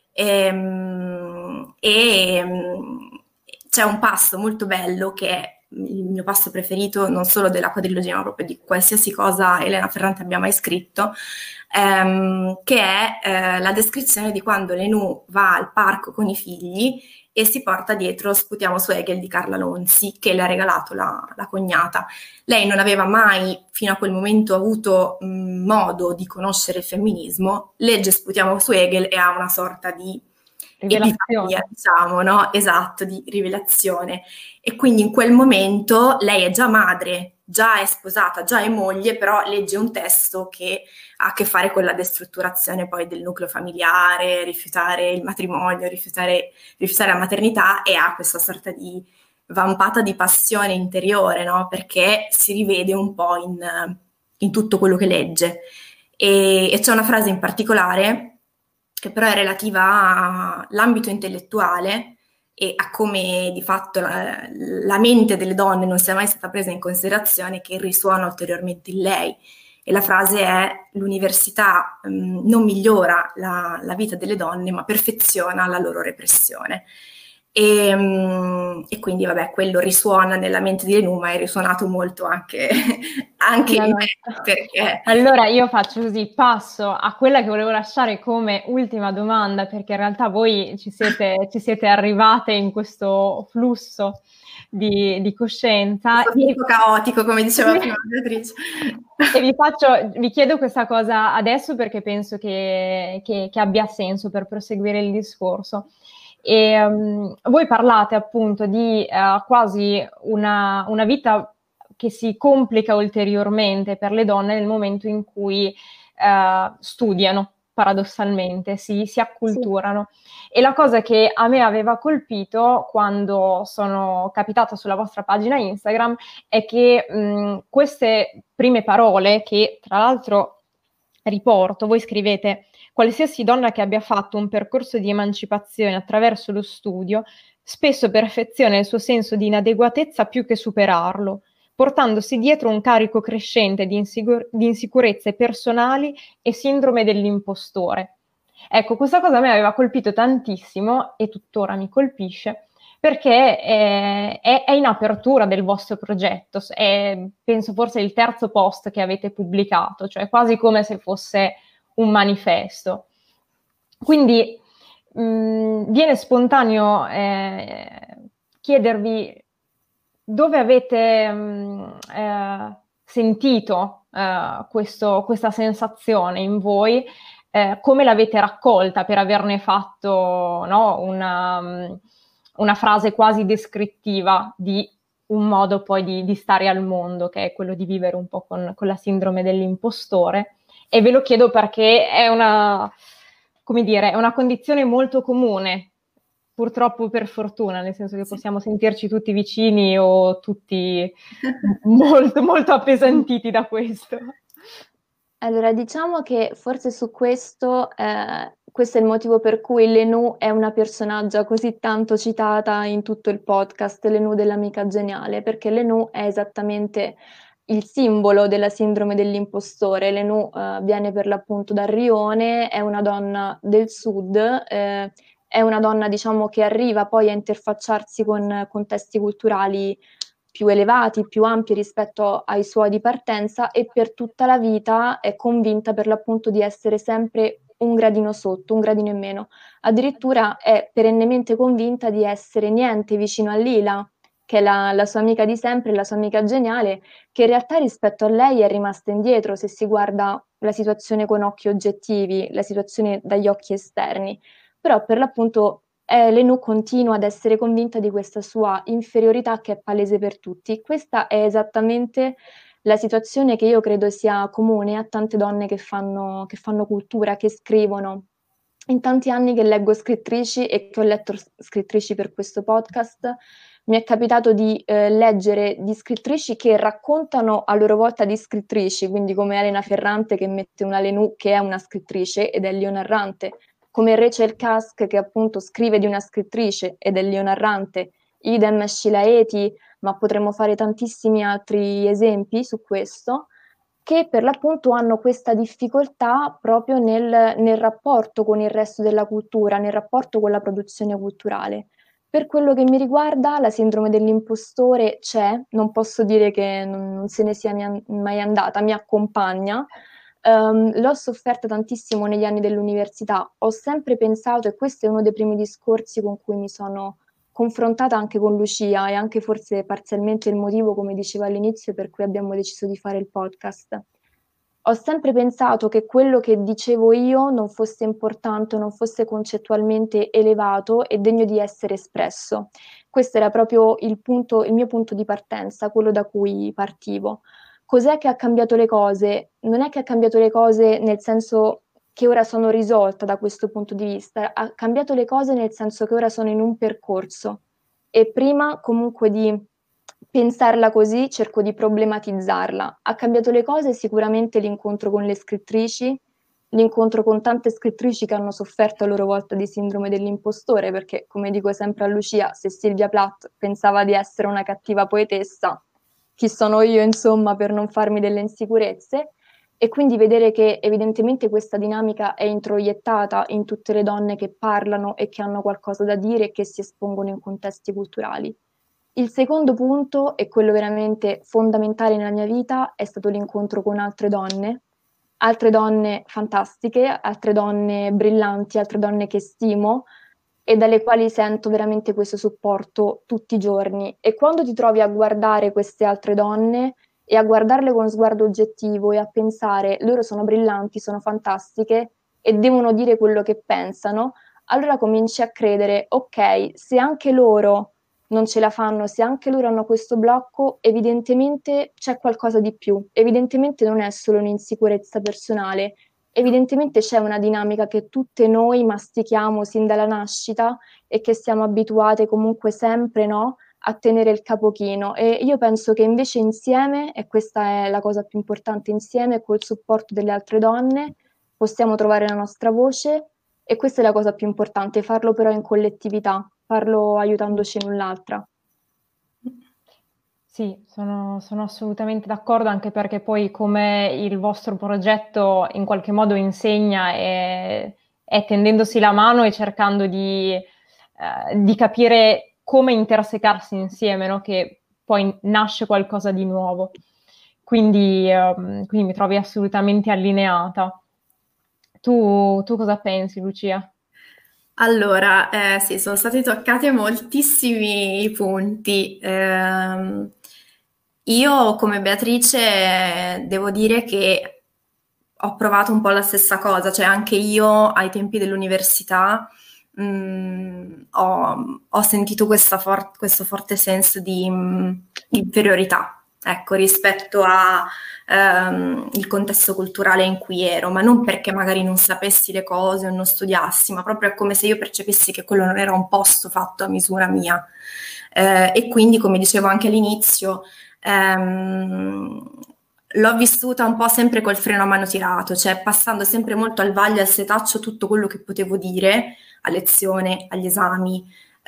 [SPEAKER 4] C'è un passo molto bello che è il mio passo preferito, non solo della quadrilogia, ma proprio di qualsiasi cosa Elena Ferrante abbia mai scritto, che è la descrizione di quando Lenù va al parco con i figli e si porta dietro Sputiamo su Hegel di Carla Lonzi, che le ha regalato la cognata. Lei non aveva mai fino a quel momento avuto modo di conoscere il femminismo, legge Sputiamo su Hegel e ha una sorta di epifania, diciamo, no? Esatto, di rivelazione. E quindi in quel momento lei è già madre, già è sposata, già è moglie, però legge un testo che ha a che fare con la destrutturazione poi del nucleo familiare, rifiutare il matrimonio, rifiutare la maternità, e ha questa sorta di vampata di passione interiore, no? Perché si rivede un po' in tutto quello che legge. E c'è una frase in particolare che però è relativa all'ambito intellettuale e a come di fatto la mente delle donne non sia mai stata presa in considerazione, che risuona ulteriormente in lei. E la frase è: l'università non migliora la vita delle donne, ma perfeziona la loro repressione. E quindi vabbè, quello risuona nella mente di Lenù, ma è risuonato molto anche in me, perché...
[SPEAKER 2] Allora io faccio così, passo a quella che volevo lasciare come ultima domanda, perché in realtà voi ci siete arrivate in questo flusso di coscienza.
[SPEAKER 4] Flusso caotico, come diceva prima Beatrice.
[SPEAKER 2] E vi chiedo questa cosa adesso perché penso che abbia senso per proseguire il discorso. E voi parlate appunto di quasi una vita che si complica ulteriormente per le donne nel momento in cui studiano, paradossalmente, si acculturano. Sì. E la cosa che a me aveva colpito quando sono capitata sulla vostra pagina Instagram è che queste prime parole, che tra l'altro riporto, voi scrivete: qualsiasi donna che abbia fatto un percorso di emancipazione attraverso lo studio spesso perfeziona il suo senso di inadeguatezza più che superarlo, portandosi dietro un carico crescente di insicurezze personali e sindrome dell'impostore. Ecco, questa cosa a me aveva colpito tantissimo e tuttora mi colpisce, perché è in apertura del vostro progetto, è, penso forse il terzo post che avete pubblicato, cioè quasi come se fosse un manifesto. Quindi viene spontaneo chiedervi dove avete sentito questa sensazione in voi, come l'avete raccolta per averne fatto, no, una frase quasi descrittiva di un modo poi di stare al mondo, che è quello di vivere un po' con la sindrome dell'impostore. E ve lo chiedo perché è come dire, è una condizione molto comune, purtroppo per fortuna, nel senso che possiamo sentirci tutti vicini o tutti molto, molto appesantiti da questo.
[SPEAKER 3] Allora, diciamo che forse su questo è il motivo per cui Lenù è una personaggia così tanto citata in tutto il podcast, Lenù dell'amica geniale, perché Lenù è esattamente il simbolo della sindrome dell'impostore. Lenù viene per l'appunto da Rione, è una donna del sud, è una donna, diciamo, che arriva poi a interfacciarsi con contesti culturali più elevati, più ampi rispetto ai suoi di partenza, e per tutta la vita è convinta per l'appunto di essere sempre un gradino sotto, un gradino in meno. Addirittura è perennemente convinta di essere niente vicino a Lila, che è la sua amica di sempre, la sua amica geniale, che in realtà rispetto a lei è rimasta indietro se si guarda la situazione con occhi oggettivi, la situazione dagli occhi esterni. Però per l'appunto Lenù continua ad essere convinta di questa sua inferiorità che è palese per tutti. Questa è esattamente la situazione che io credo sia comune a tante donne che fanno cultura, che scrivono. In tanti anni che leggo scrittrici e che ho letto scrittrici per questo podcast, mi è capitato di leggere di scrittrici che raccontano a loro volta di scrittrici, quindi come Elena Ferrante che mette una Lenù che è una scrittrice ed è leonarrante, come Rachel Cusk che appunto scrive di una scrittrice ed è leonarrante, idem Sheila Heti, ma potremmo fare tantissimi altri esempi su questo, che per l'appunto hanno questa difficoltà proprio nel rapporto con il resto della cultura, nel rapporto con la produzione culturale. Per quello che mi riguarda, la sindrome dell'impostore c'è, non posso dire che non se ne sia mai andata, mi accompagna. L'ho sofferta tantissimo negli anni dell'università, ho sempre pensato, e questo è uno dei primi discorsi con cui mi sono confrontata anche con Lucia e anche forse parzialmente il motivo, come dicevo all'inizio, per cui abbiamo deciso di fare il podcast. Ho sempre pensato che quello che dicevo io non fosse importante, non fosse concettualmente elevato e degno di essere espresso. Questo era proprio il mio punto di partenza, quello da cui partivo. Cos'è che ha cambiato le cose? Non è che ha cambiato le cose nel senso che ora sono risolta da questo punto di vista, ha cambiato le cose nel senso che ora sono in un percorso e prima comunque di pensarla così cerco di problematizzarla. Ha cambiato le cose sicuramente l'incontro con le scrittrici, l'incontro con tante scrittrici che hanno sofferto a loro volta di sindrome dell'impostore, perché come dico sempre a Lucia, se Sylvia Plath pensava di essere una cattiva poetessa, chi sono io insomma per non farmi delle insicurezze? E quindi vedere che evidentemente questa dinamica è introiettata in tutte le donne che parlano e che hanno qualcosa da dire e che si espongono in contesti culturali. Il secondo punto, e quello veramente fondamentale nella mia vita, è stato l'incontro con altre donne fantastiche, altre donne brillanti, altre donne che stimo e dalle quali sento veramente questo supporto tutti i giorni. E quando ti trovi a guardare queste altre donne e a guardarle con sguardo oggettivo e a pensare loro sono brillanti, sono fantastiche e devono dire quello che pensano, allora cominci a credere, ok, se anche loro non ce la fanno, se anche loro hanno questo blocco, evidentemente c'è qualcosa di più, evidentemente non è solo un'insicurezza personale, evidentemente c'è una dinamica che tutte noi mastichiamo sin dalla nascita e che siamo abituate comunque sempre, no, a tenere il capo chino. E io penso che invece insieme, e questa è la cosa più importante, insieme col supporto delle altre donne possiamo trovare la nostra voce e questa è la cosa più importante, farlo però in collettività, farlo aiutandoci l'un l'altra.
[SPEAKER 2] Sì, sono assolutamente d'accordo, anche perché poi come il vostro progetto in qualche modo insegna è tendendosi la mano e cercando di capire come intersecarsi insieme, no? Che poi nasce qualcosa di nuovo. Quindi mi trovi assolutamente allineata. Tu cosa pensi, Lucia?
[SPEAKER 4] Allora, sì, sono stati toccati moltissimi punti. Io come Beatrice devo dire che ho provato un po' la stessa cosa, cioè anche io ai tempi dell'università ho sentito questo forte senso di inferiorità, ecco, rispetto a il contesto culturale in cui ero, ma non perché magari non sapessi le cose o non studiassi, ma proprio come se io percepessi che quello non era un posto fatto a misura mia. E quindi, come dicevo anche all'inizio, l'ho vissuta un po' sempre col freno a mano tirato, cioè passando sempre molto al vaglio e al setaccio tutto quello che potevo dire a lezione, agli esami,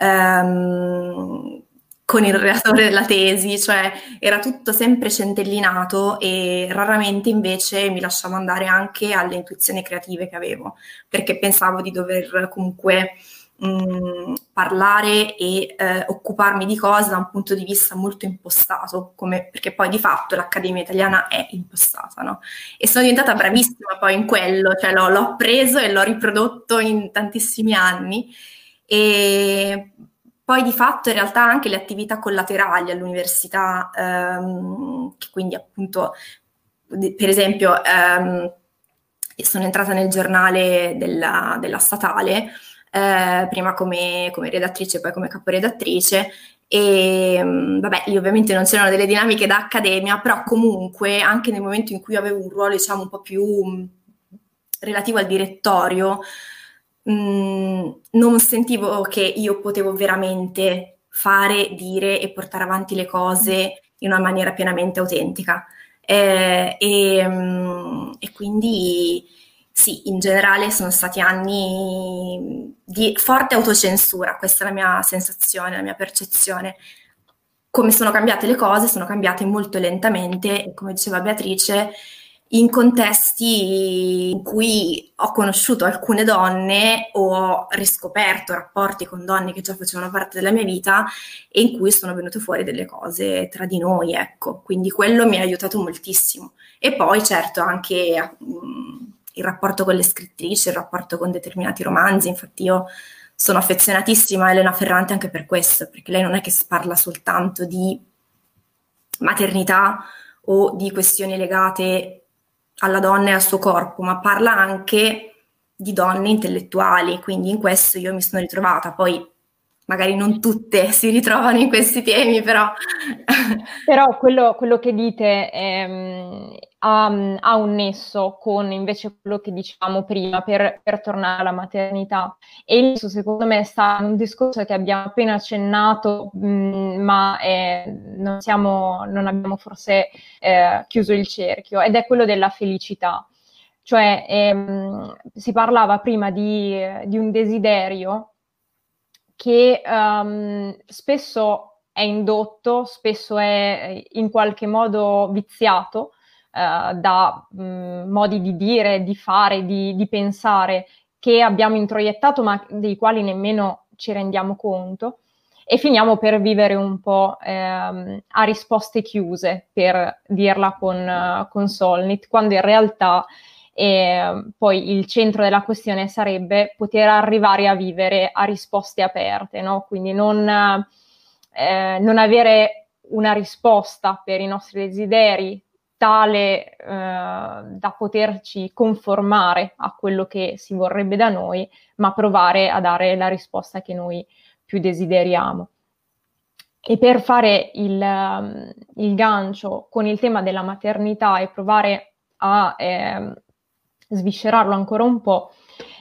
[SPEAKER 4] con il relatore della tesi, cioè era tutto sempre centellinato e raramente invece mi lasciavo andare anche alle intuizioni creative che avevo, perché pensavo di dover comunque parlare e occuparmi di cose da un punto di vista molto impostato, perché poi di fatto l'Accademia Italiana è impostata, no? E sono diventata bravissima poi in quello, cioè l'ho preso e l'ho riprodotto in tantissimi anni, e poi di fatto in realtà anche le attività collaterali all'università, che quindi appunto, per esempio, sono entrata nel giornale della statale, prima come redattrice, poi come caporedattrice, e vabbè, lì ovviamente non c'erano delle dinamiche da accademia, però comunque anche nel momento in cui avevo un ruolo, diciamo, un po' più relativo al direttorio, non sentivo che io potevo veramente fare, dire e portare avanti le cose in una maniera pienamente autentica. E quindi sì, in generale sono stati anni di forte autocensura, questa è la mia sensazione, la mia percezione. Come sono cambiate le cose? Sono cambiate molto lentamente e, come diceva Beatrice, in contesti in cui ho conosciuto alcune donne o ho riscoperto rapporti con donne che già facevano parte della mia vita e in cui sono venute fuori delle cose tra di noi, ecco. Quindi quello mi ha aiutato moltissimo. E poi certo anche il rapporto con le scrittrici, il rapporto con determinati romanzi. Infatti io sono affezionatissima a Elena Ferrante anche per questo, perché lei non è che parla soltanto di maternità o di questioni legate alla donna e al suo corpo, ma parla anche di donne intellettuali, quindi in questo io mi sono ritrovata. Poi magari non tutte si ritrovano in questi temi, però...
[SPEAKER 2] Però quello che dite ha un nesso con invece quello che dicevamo prima per tornare alla maternità. E il nesso, secondo me, sta in un discorso che abbiamo appena accennato, ma non abbiamo forse chiuso il cerchio, ed è quello della felicità. Cioè si parlava prima di un desiderio che spesso è indotto, spesso è in qualche modo viziato da modi di dire, di fare, di pensare che abbiamo introiettato ma dei quali nemmeno ci rendiamo conto, e finiamo per vivere un po' a risposte chiuse, per dirla con Solnit, quando in realtà poi il centro della questione sarebbe poter arrivare a vivere a risposte aperte, no? Quindi non avere una risposta per i nostri desideri tale da poterci conformare a quello che si vorrebbe da noi, ma provare a dare la risposta che noi più desideriamo. E per fare il gancio con il tema della maternità e provare a sviscerarlo ancora un po',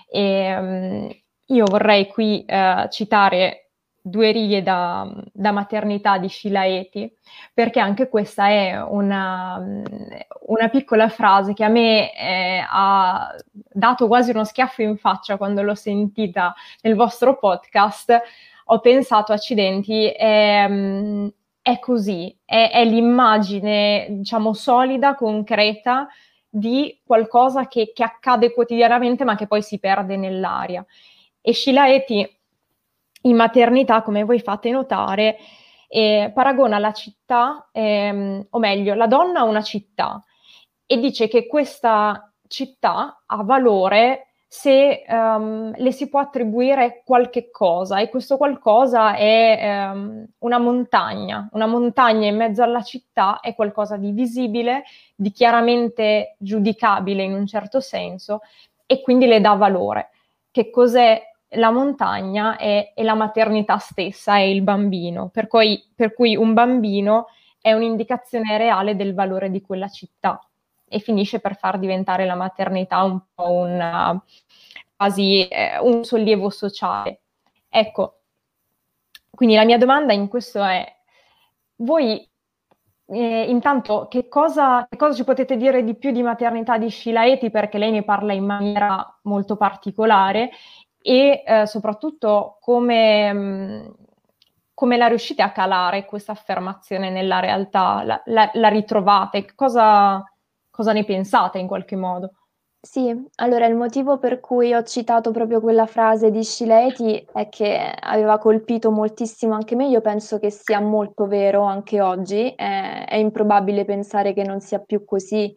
[SPEAKER 2] io vorrei qui citare 2 righe da Maternità di Sheila Heti, perché anche questa è una piccola frase che a me ha dato quasi uno schiaffo in faccia quando l'ho sentita nel vostro podcast. Ho pensato, accidenti, è così, è l'immagine, diciamo, solida, concreta di qualcosa che accade quotidianamente ma che poi si perde nell'aria. E Sheila Heti in Maternità, come voi fate notare, paragona la città, o meglio, la donna a una città, e dice che questa città ha valore se le si può attribuire qualche cosa, e questo qualcosa è una montagna in mezzo alla città, è qualcosa di visibile, di chiaramente giudicabile in un certo senso, e quindi le dà valore. Che cos'è la montagna è la maternità stessa, è il bambino, per cui un bambino è un'indicazione reale del valore di quella città e finisce per far diventare la maternità un po' quasi un sollievo sociale. Ecco, quindi la mia domanda in questo è: voi intanto che cosa ci potete dire di più di maternità di Sheila Heti, perché lei ne parla in maniera molto particolare, e soprattutto come la riuscite a calare questa affermazione nella realtà? La ritrovate? Cosa ne pensate in qualche modo?
[SPEAKER 3] Sì, allora il motivo per cui ho citato proprio quella frase di Scileti è che aveva colpito moltissimo anche me, io penso che sia molto vero anche oggi, è improbabile pensare che non sia più così.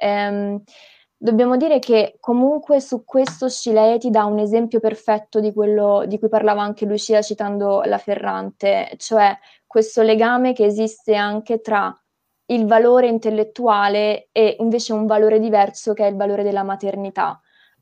[SPEAKER 3] Dobbiamo dire che comunque su questo Scileti dà un esempio perfetto di quello di cui parlava anche Lucia citando la Ferrante, cioè questo legame che esiste anche tra il valore intellettuale e invece un valore diverso che è il valore della maternità.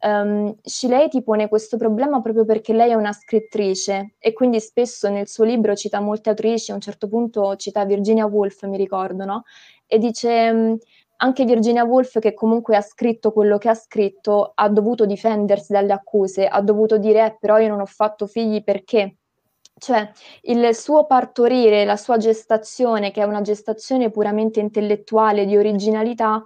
[SPEAKER 3] Shilei ti pone questo problema proprio perché lei è una scrittrice e quindi spesso nel suo libro cita molte autrici, a un certo punto cita Virginia Woolf, mi ricordo, no? E dice anche Virginia Woolf, che comunque ha scritto quello che ha scritto, ha dovuto difendersi dalle accuse, ha dovuto dire però io non ho fatto figli perché? Cioè, il suo partorire, la sua gestazione, che è una gestazione puramente intellettuale, di originalità,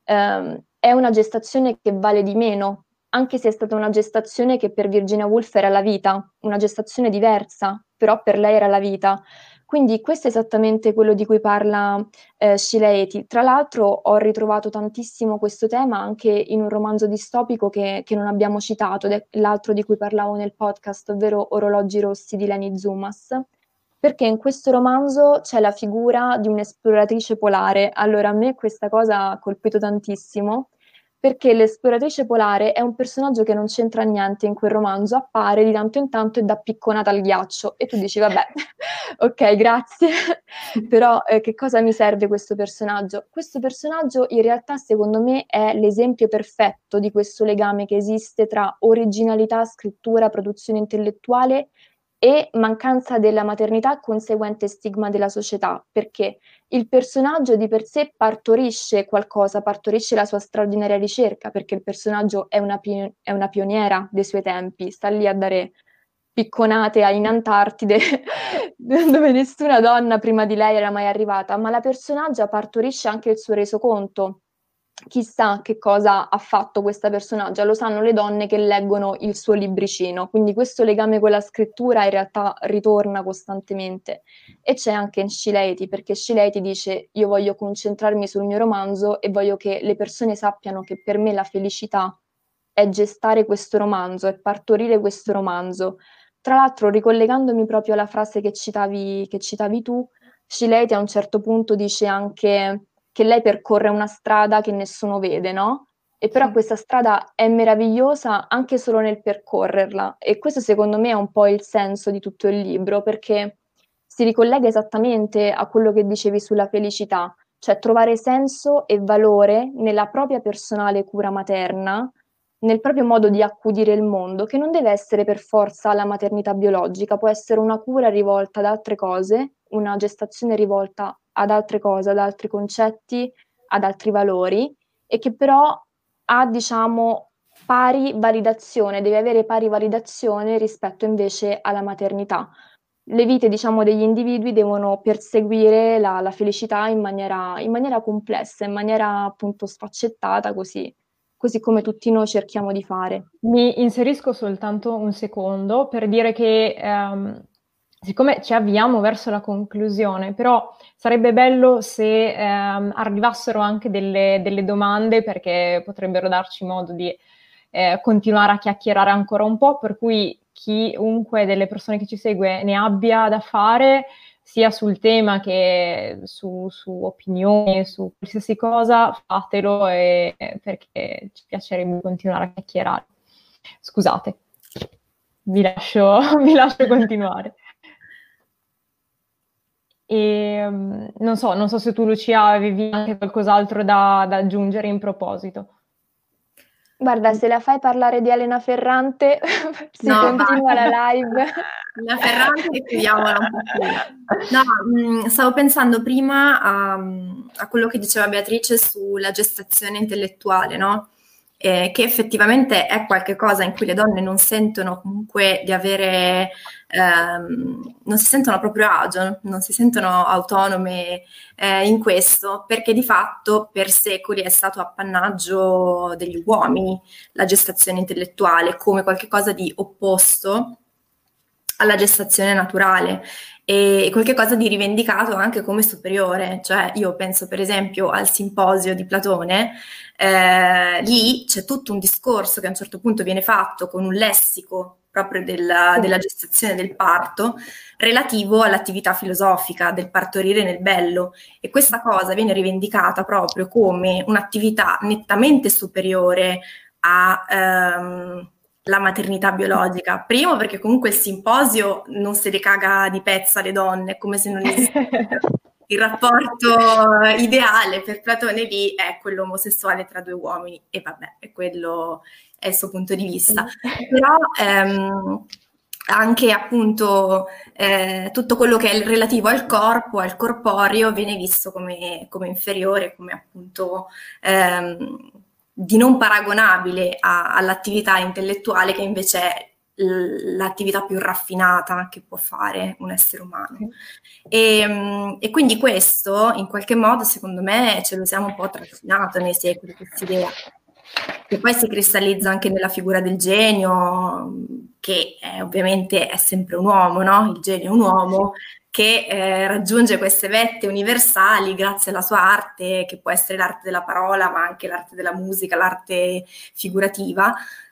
[SPEAKER 3] è una gestazione che vale di meno, anche se è stata una gestazione che per Virginia Woolf era la vita, una gestazione diversa, però per lei era la vita. Quindi questo è esattamente quello di cui parla Sheila Heti. Tra l'altro ho ritrovato tantissimo questo tema anche in un romanzo distopico che non abbiamo citato, ed è l'altro di cui parlavo nel podcast, ovvero Orologi Rossi di Leni Zumas, perché in questo romanzo c'è la figura di un'esploratrice polare. Allora a me questa cosa ha colpito tantissimo, perché l'esploratrice polare è un personaggio che non c'entra niente in quel romanzo, appare di tanto in tanto e dà picconata al ghiaccio e tu dici vabbè, ok, grazie, però che cosa mi serve questo personaggio? Questo personaggio in realtà secondo me è l'esempio perfetto di questo legame che esiste tra originalità, scrittura, produzione intellettuale e mancanza della maternità, conseguente stigma della società, perché il personaggio di per sé partorisce qualcosa, partorisce la sua straordinaria ricerca, perché il personaggio è è una pioniera dei suoi tempi, sta lì a dare picconate in Antartide, dove nessuna donna prima di lei era mai arrivata, ma la personaggia partorisce anche il suo resoconto. Chissà che cosa ha fatto questa personaggia, lo sanno le donne che leggono il suo libricino, quindi questo legame con la scrittura in realtà ritorna costantemente. E c'è anche in Scileti, perché Scileti dice io voglio concentrarmi sul mio romanzo e voglio che le persone sappiano che per me la felicità è gestare questo romanzo, è partorire questo romanzo. Tra l'altro, ricollegandomi proprio alla frase che citavi tu, Scileti a un certo punto dice anche che lei percorre una strada che nessuno vede, no? E però
[SPEAKER 2] Sì.
[SPEAKER 3] questa strada è meravigliosa anche solo nel percorrerla. E questo secondo me è un po' il senso di tutto il libro, perché si ricollega esattamente a quello che dicevi sulla felicità, cioè trovare senso e valore nella propria personale cura materna, nel proprio modo di accudire il mondo, che non deve essere per forza la maternità biologica, può essere una cura rivolta ad altre cose, una gestazione rivolta ad altre cose, ad altri concetti, ad altri valori, e che però ha, diciamo, pari validazione, deve avere pari validazione rispetto invece alla maternità. Le vite, diciamo, degli individui devono perseguire la felicità in maniera complessa, in maniera appunto sfaccettata, così come tutti noi cerchiamo di fare.
[SPEAKER 2] Mi inserisco soltanto un secondo per dire che siccome ci avviamo verso la conclusione, però sarebbe bello se arrivassero anche delle domande, perché potrebbero darci modo di continuare a chiacchierare ancora un po', per cui chiunque delle persone che ci segue ne abbia da fare, sia sul tema che su opinioni, su qualsiasi cosa, fatelo perché ci piacerebbe continuare a chiacchierare. Scusate, vi lascio continuare. E, non so se tu, Lucia, avevi anche qualcos'altro da aggiungere in proposito.
[SPEAKER 3] Guarda, se la fai parlare di Elena Ferrante, si
[SPEAKER 4] No,
[SPEAKER 3] continua
[SPEAKER 4] basta.
[SPEAKER 3] la live.
[SPEAKER 4] La Ferrante e chiudiamola un po' qui. No, stavo pensando prima a quello che diceva Beatrice sulla gestazione intellettuale, no? Che effettivamente è qualcosa in cui le donne non sentono comunque di avere, non si sentono a proprio agio, non si sentono autonome in questo, perché di fatto per secoli è stato appannaggio degli uomini la gestazione intellettuale come qualcosa di opposto alla gestazione naturale e qualcosa di rivendicato anche come superiore. Cioè io penso per esempio al simposio di Platone, lì c'è tutto un discorso che a un certo punto viene fatto con un lessico proprio della gestazione del parto relativo all'attività filosofica del partorire nel bello, e questa cosa viene rivendicata proprio come un'attività nettamente superiore a la maternità biologica. Primo perché comunque il simposio non se le caga di pezza le donne, come se non esistesse. Il rapporto ideale per Platone lì è quello omosessuale tra due uomini, e vabbè, quello è il suo punto di vista. Però anche appunto tutto quello che è relativo al corpo, al corporeo, viene visto come inferiore, come appunto di non paragonabile all'attività intellettuale, che invece è l'attività più raffinata che può fare un essere umano. E quindi questo in qualche modo secondo me ce lo siamo un po' trascinato nei secoli, questa idea, che poi si cristallizza anche nella figura del genio, che ovviamente è sempre un uomo, no? Il genio è un uomo che raggiunge queste vette universali grazie alla sua arte, che può essere l'arte della parola, ma anche l'arte della musica, l'arte figurativa.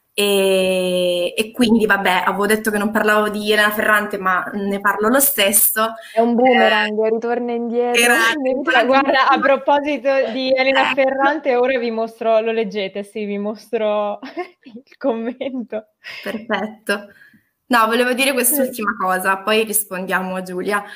[SPEAKER 4] E quindi, vabbè, avevo detto che non parlavo di Elena Ferrante, ma ne parlo lo stesso.
[SPEAKER 3] È un boomerang, ritorna indietro.
[SPEAKER 2] Guarda, a proposito di Elena Ferrante, ora vi mostro, lo leggete, sì, vi mostro il commento.
[SPEAKER 4] Perfetto. No, volevo dire quest'ultima cosa, poi rispondiamo a Giulia.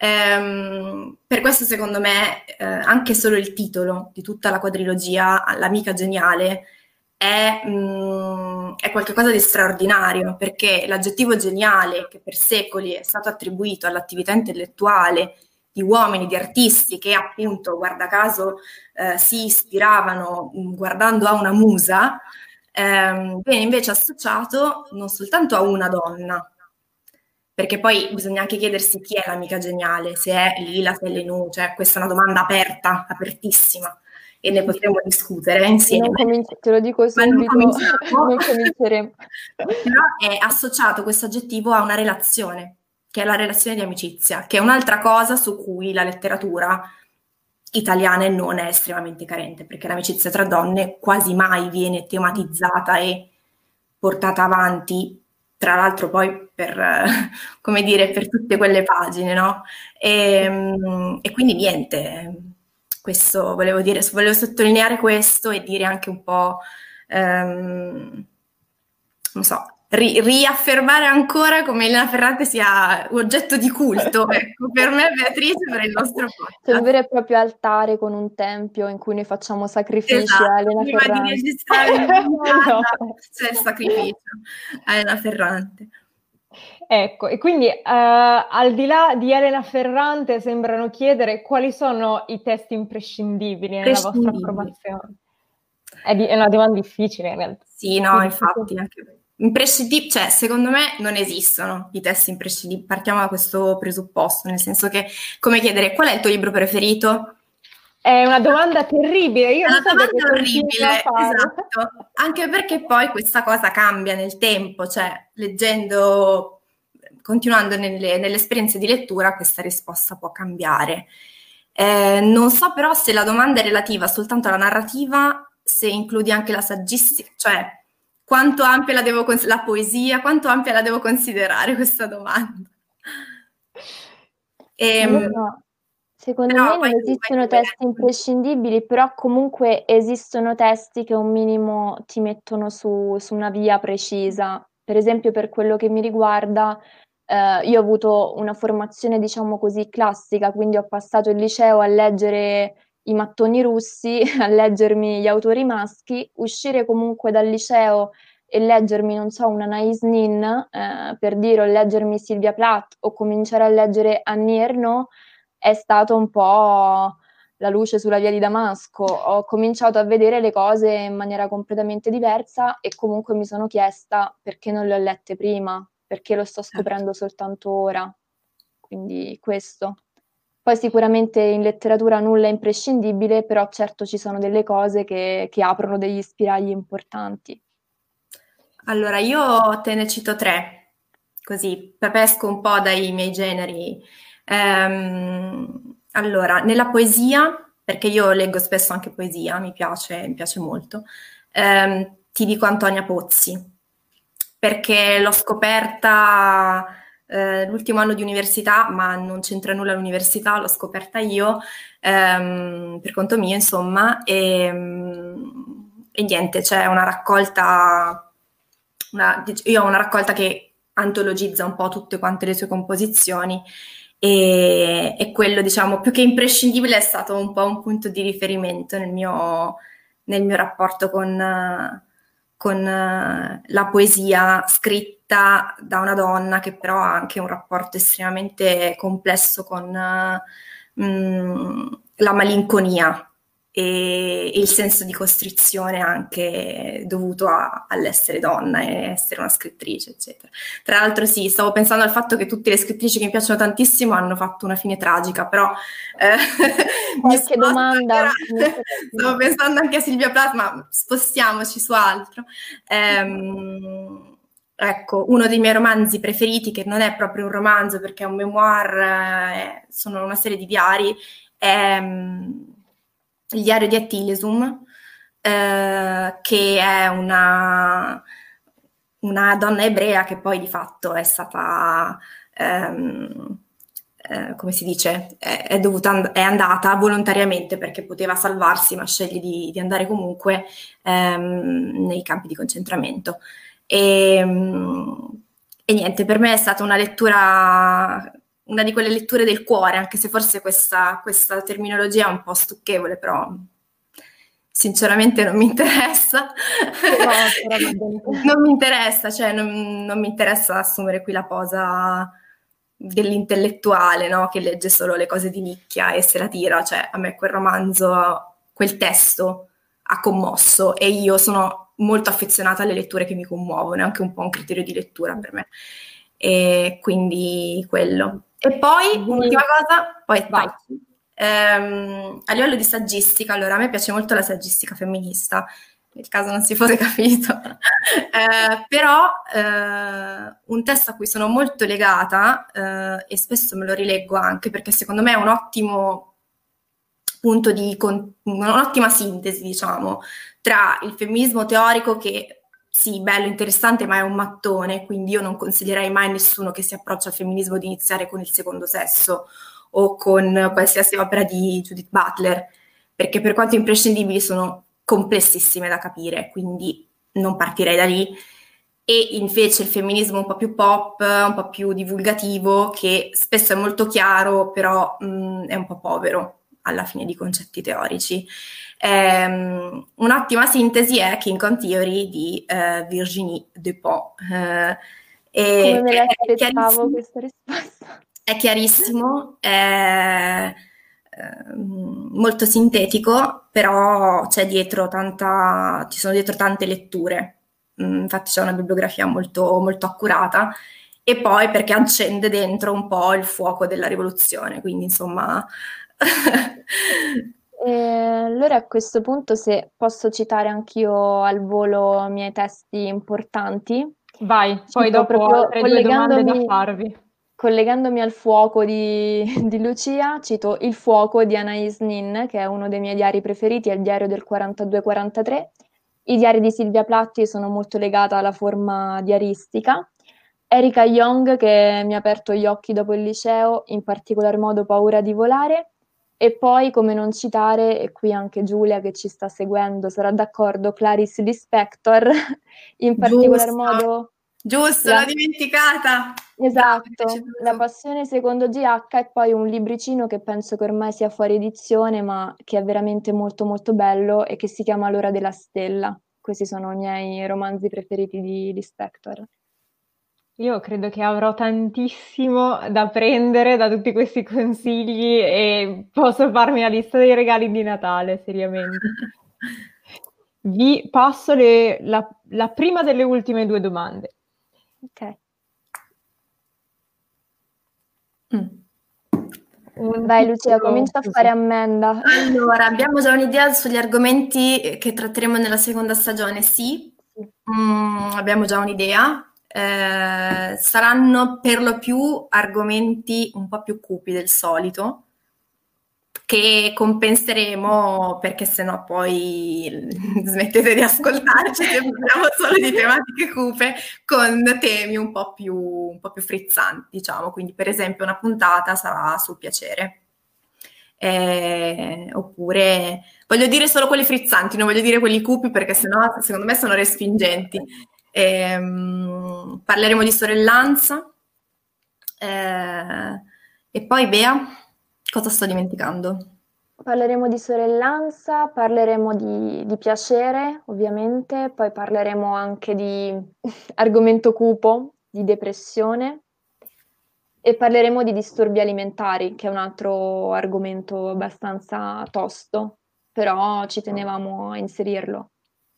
[SPEAKER 4] Per questo secondo me anche solo il titolo di tutta la quadrilogia, L'amica geniale, è qualcosa di straordinario, perché l'aggettivo geniale, che per secoli è stato attribuito all'attività intellettuale di uomini, di artisti che appunto, guarda caso, si ispiravano guardando a una musa, viene invece associato non soltanto a una donna, perché poi bisogna anche chiedersi chi è l'amica geniale, se è Lila, se è Lenù, cioè questa è una domanda aperta, apertissima, e ne potremo discutere insieme.
[SPEAKER 3] Te lo dico subito, non cominceremo.
[SPEAKER 4] Però è associato questo aggettivo a una relazione, che è la relazione di amicizia, che è un'altra cosa su cui la letteratura italiana non è estremamente carente, perché l'amicizia tra donne quasi mai viene tematizzata e portata avanti, tra l'altro poi per, come dire, per tutte quelle pagine, no? E quindi niente, questo volevo sottolineare questo e dire anche un po', non so, riaffermare ancora come Elena Ferrante sia oggetto di culto, ecco, per me Beatrice, per il nostro podcast.
[SPEAKER 3] C'è un vero e proprio altare con un tempio in cui noi facciamo sacrifici a Elena
[SPEAKER 4] prima
[SPEAKER 3] Ferrante.
[SPEAKER 4] Di registrare in puntata, c'è il sacrificio a Elena Ferrante.
[SPEAKER 2] Ecco, e quindi al di là di Elena Ferrante sembrano chiedere quali sono i testi imprescindibili nella vostra approvazione. È una domanda difficile in realtà.
[SPEAKER 4] Sì, no, infatti, anche imprescindibili, cioè secondo me non esistono i testi imprescindibili, partiamo da questo presupposto, nel senso che, come chiedere qual è il tuo libro preferito?
[SPEAKER 2] È una domanda terribile, io non so
[SPEAKER 4] perché orribile, esatto, anche perché poi questa cosa cambia nel tempo, cioè leggendo, continuando nelle esperienze di lettura, questa risposta può cambiare. Non so però se la domanda è relativa soltanto alla narrativa, se includi anche la saggistica, cioè quanto ampia la poesia, quanto ampia la devo considerare questa domanda?
[SPEAKER 3] Secondo me non esistono testi imprescindibili, però comunque esistono testi che un minimo ti mettono su una via precisa. Per esempio, per quello che mi riguarda, io ho avuto una formazione, diciamo così, classica, quindi ho passato il liceo a leggere i mattoni russi, a leggermi gli autori maschi, uscire comunque dal liceo e leggermi, non so, una Anais Nin, per dire, o leggermi Sylvia Plath, o cominciare a leggere Annie Ernaux, è stato un po' la luce sulla via di Damasco. Ho cominciato a vedere le cose in maniera completamente diversa e comunque mi sono chiesta perché non le ho lette prima, perché lo sto scoprendo soltanto ora. Quindi questo. Poi sicuramente in letteratura nulla è imprescindibile, però certo ci sono delle cose che aprono degli spiragli importanti.
[SPEAKER 4] Allora, io te ne cito 3, così pesco un po' dai miei generi. Allora, nella poesia, perché io leggo spesso anche poesia, mi piace molto, ti dico Antonia Pozzi, perché l'ho scoperta l'ultimo anno di università, ma non c'entra nulla l'università, l'ho scoperta io, per conto mio, insomma, e niente, c'è una raccolta, io ho una raccolta che antologizza un po' tutte quante le sue composizioni, e quello, diciamo, più che imprescindibile, è stato un po' un punto di riferimento nel mio rapporto con la poesia scritta da una donna che però ha anche un rapporto estremamente complesso con la malinconia e il senso di costrizione anche dovuto all'essere donna e essere una scrittrice, eccetera. Tra l'altro sì, stavo pensando al fatto che tutte le scrittrici che mi piacciono tantissimo hanno fatto una fine tragica, però
[SPEAKER 3] qualche domanda.
[SPEAKER 4] Stavo pensando anche a Sylvia Plath, ma spostiamoci su altro. Ecco, uno dei miei romanzi preferiti, che non è proprio un romanzo perché è un memoir, sono una serie di diari, è il diario di Attilesum, che è una donna ebrea che poi di fatto è stata, come si dice, è andata volontariamente perché poteva salvarsi, ma sceglie di andare comunque nei campi di concentramento. E niente, per me è stata una lettura, una di quelle letture del cuore, anche se forse questa terminologia è un po' stucchevole, però sinceramente non mi interessa. Non mi interessa, cioè non mi interessa assumere qui la posa dell'intellettuale, no? Che legge solo le cose di nicchia e se la tira. Cioè, a me quel romanzo, quel testo ha commosso e io sono molto affezionata alle letture che mi commuovono, è anche un po' un criterio di lettura per me. E quindi quello. E poi, ultima cosa, poi vai. A livello di saggistica, allora a me piace molto la saggistica femminista, nel caso non si fosse capito, però un testo a cui sono molto legata e spesso me lo rileggo anche perché secondo me è un ottimo punto un'ottima sintesi, diciamo, tra il femminismo teorico che sì, bello, interessante, ma è un mattone, quindi io non consiglierei mai a nessuno che si approccia al femminismo di iniziare con il secondo sesso o con qualsiasi opera di Judith Butler, perché per quanto imprescindibili sono complessissime da capire, quindi non partirei da lì. E invece il femminismo un po' più pop, un po' più divulgativo, che spesso è molto chiaro, però è un po' povero alla fine di concetti teorici. Un'ottima sintesi è King Kong Theory di Virginie Despaux.
[SPEAKER 3] Come me l'aspettavo questa risposta.
[SPEAKER 4] È chiarissimo, è molto sintetico, però ci sono dietro tante letture. Infatti c'è una bibliografia molto, molto accurata, e poi perché accende dentro un po' il fuoco della rivoluzione, quindi insomma...
[SPEAKER 3] Allora a questo punto, se posso citare anch'io al volo miei testi importanti.
[SPEAKER 2] Vai, poi dopo ho altre due domande da farvi.
[SPEAKER 3] Collegandomi al fuoco di Lucia, cito Il fuoco di Anais Nin, che è uno dei miei diari preferiti, è il diario del 42-43. I diari di Sylvia Plath sono molto legata alla forma diaristica. Erika Young, che mi ha aperto gli occhi dopo il liceo, in particolar modo Paura di volare. E poi, come non citare, e qui anche Giulia che ci sta seguendo sarà d'accordo, Clarice Lispector, in particolar modo...
[SPEAKER 4] Giusto, l'ho dimenticata! Brava, mi
[SPEAKER 3] Esatto,
[SPEAKER 4] piace
[SPEAKER 3] La
[SPEAKER 4] molto.
[SPEAKER 3] passione secondo GH e poi un libricino che penso che ormai sia fuori edizione, ma che è veramente molto molto bello e che si chiama L'ora della stella. Questi sono i miei romanzi preferiti di Spector.
[SPEAKER 2] Io credo che avrò tantissimo da prendere da tutti questi consigli e posso farmi la lista dei regali di Natale, seriamente. Vi passo la prima delle ultime due domande.
[SPEAKER 3] Ok.
[SPEAKER 4] Mm.
[SPEAKER 2] Un
[SPEAKER 3] Vai Lucia,
[SPEAKER 2] piccolo
[SPEAKER 3] comincia a
[SPEAKER 2] così.
[SPEAKER 3] fare ammenda.
[SPEAKER 4] Allora, abbiamo già un'idea sugli argomenti che tratteremo nella seconda stagione, sì.
[SPEAKER 3] Sì.
[SPEAKER 4] Abbiamo già un'idea. Saranno per lo più argomenti un po' più cupi del solito, che compenseremo perché sennò poi smettete di ascoltarci se parliamo solo di tematiche cupe con temi un po' più frizzanti, diciamo. Quindi, per esempio, una puntata sarà sul piacere. Oppure voglio dire solo quelli frizzanti, non voglio dire quelli cupi perché sennò secondo me sono respingenti. Parleremo di sorellanza. E poi Bea, cosa sto dimenticando?
[SPEAKER 3] Parleremo di sorellanza, parleremo di piacere, ovviamente, poi parleremo anche di argomento cupo, di depressione e parleremo di disturbi alimentari, che è un altro argomento abbastanza tosto, però ci tenevamo a inserirlo.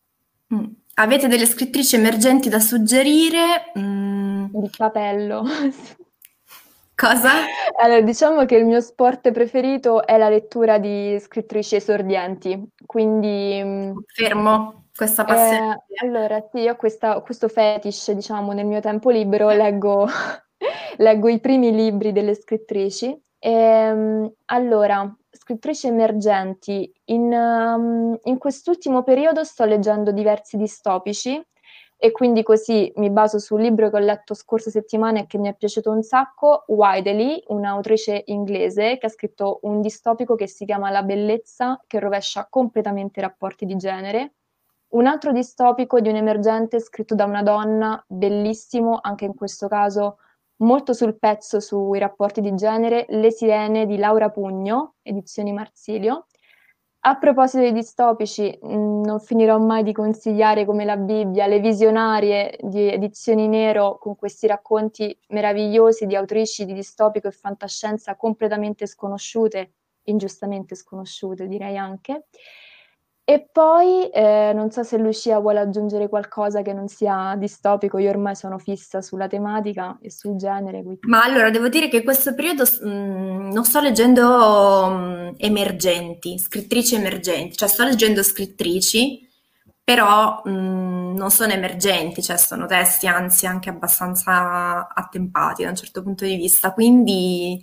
[SPEAKER 4] Avete delle scrittrici emergenti da suggerire?
[SPEAKER 3] Il capello.
[SPEAKER 4] Cosa?
[SPEAKER 3] Allora, diciamo che il mio sport preferito è la lettura di scrittrici esordienti, quindi
[SPEAKER 4] Fermo questa passione.
[SPEAKER 3] allora sì, io ho questo fetish, diciamo, nel mio tempo libero leggo, leggo i primi libri delle scrittrici. Allora, scrittrici emergenti, in quest'ultimo periodo sto leggendo diversi distopici e quindi così mi baso sul libro che ho letto scorsa settimana e che mi è piaciuto un sacco, Widely, un'autrice inglese che ha scritto un distopico che si chiama La bellezza, che rovescia completamente i rapporti di genere. Un altro distopico di un emergente scritto da una donna, bellissimo, anche in questo caso molto sul pezzo sui rapporti di genere, Le sirene di Laura Pugno, edizioni Marsilio. A proposito di distopici, non finirò mai di consigliare come la Bibbia le visionarie di edizioni Nero con questi racconti meravigliosi di autrici di distopico e fantascienza completamente sconosciute, ingiustamente sconosciute direi anche. E poi non so se Lucia vuole aggiungere qualcosa che non sia distopico, io ormai sono fissa sulla tematica e sul genere, quindi.
[SPEAKER 4] Ma allora, devo dire che in questo periodo non sto leggendo emergenti, scrittrici emergenti, cioè sto leggendo scrittrici, però non sono emergenti, cioè sono testi anzi anche abbastanza attempati da un certo punto di vista, quindi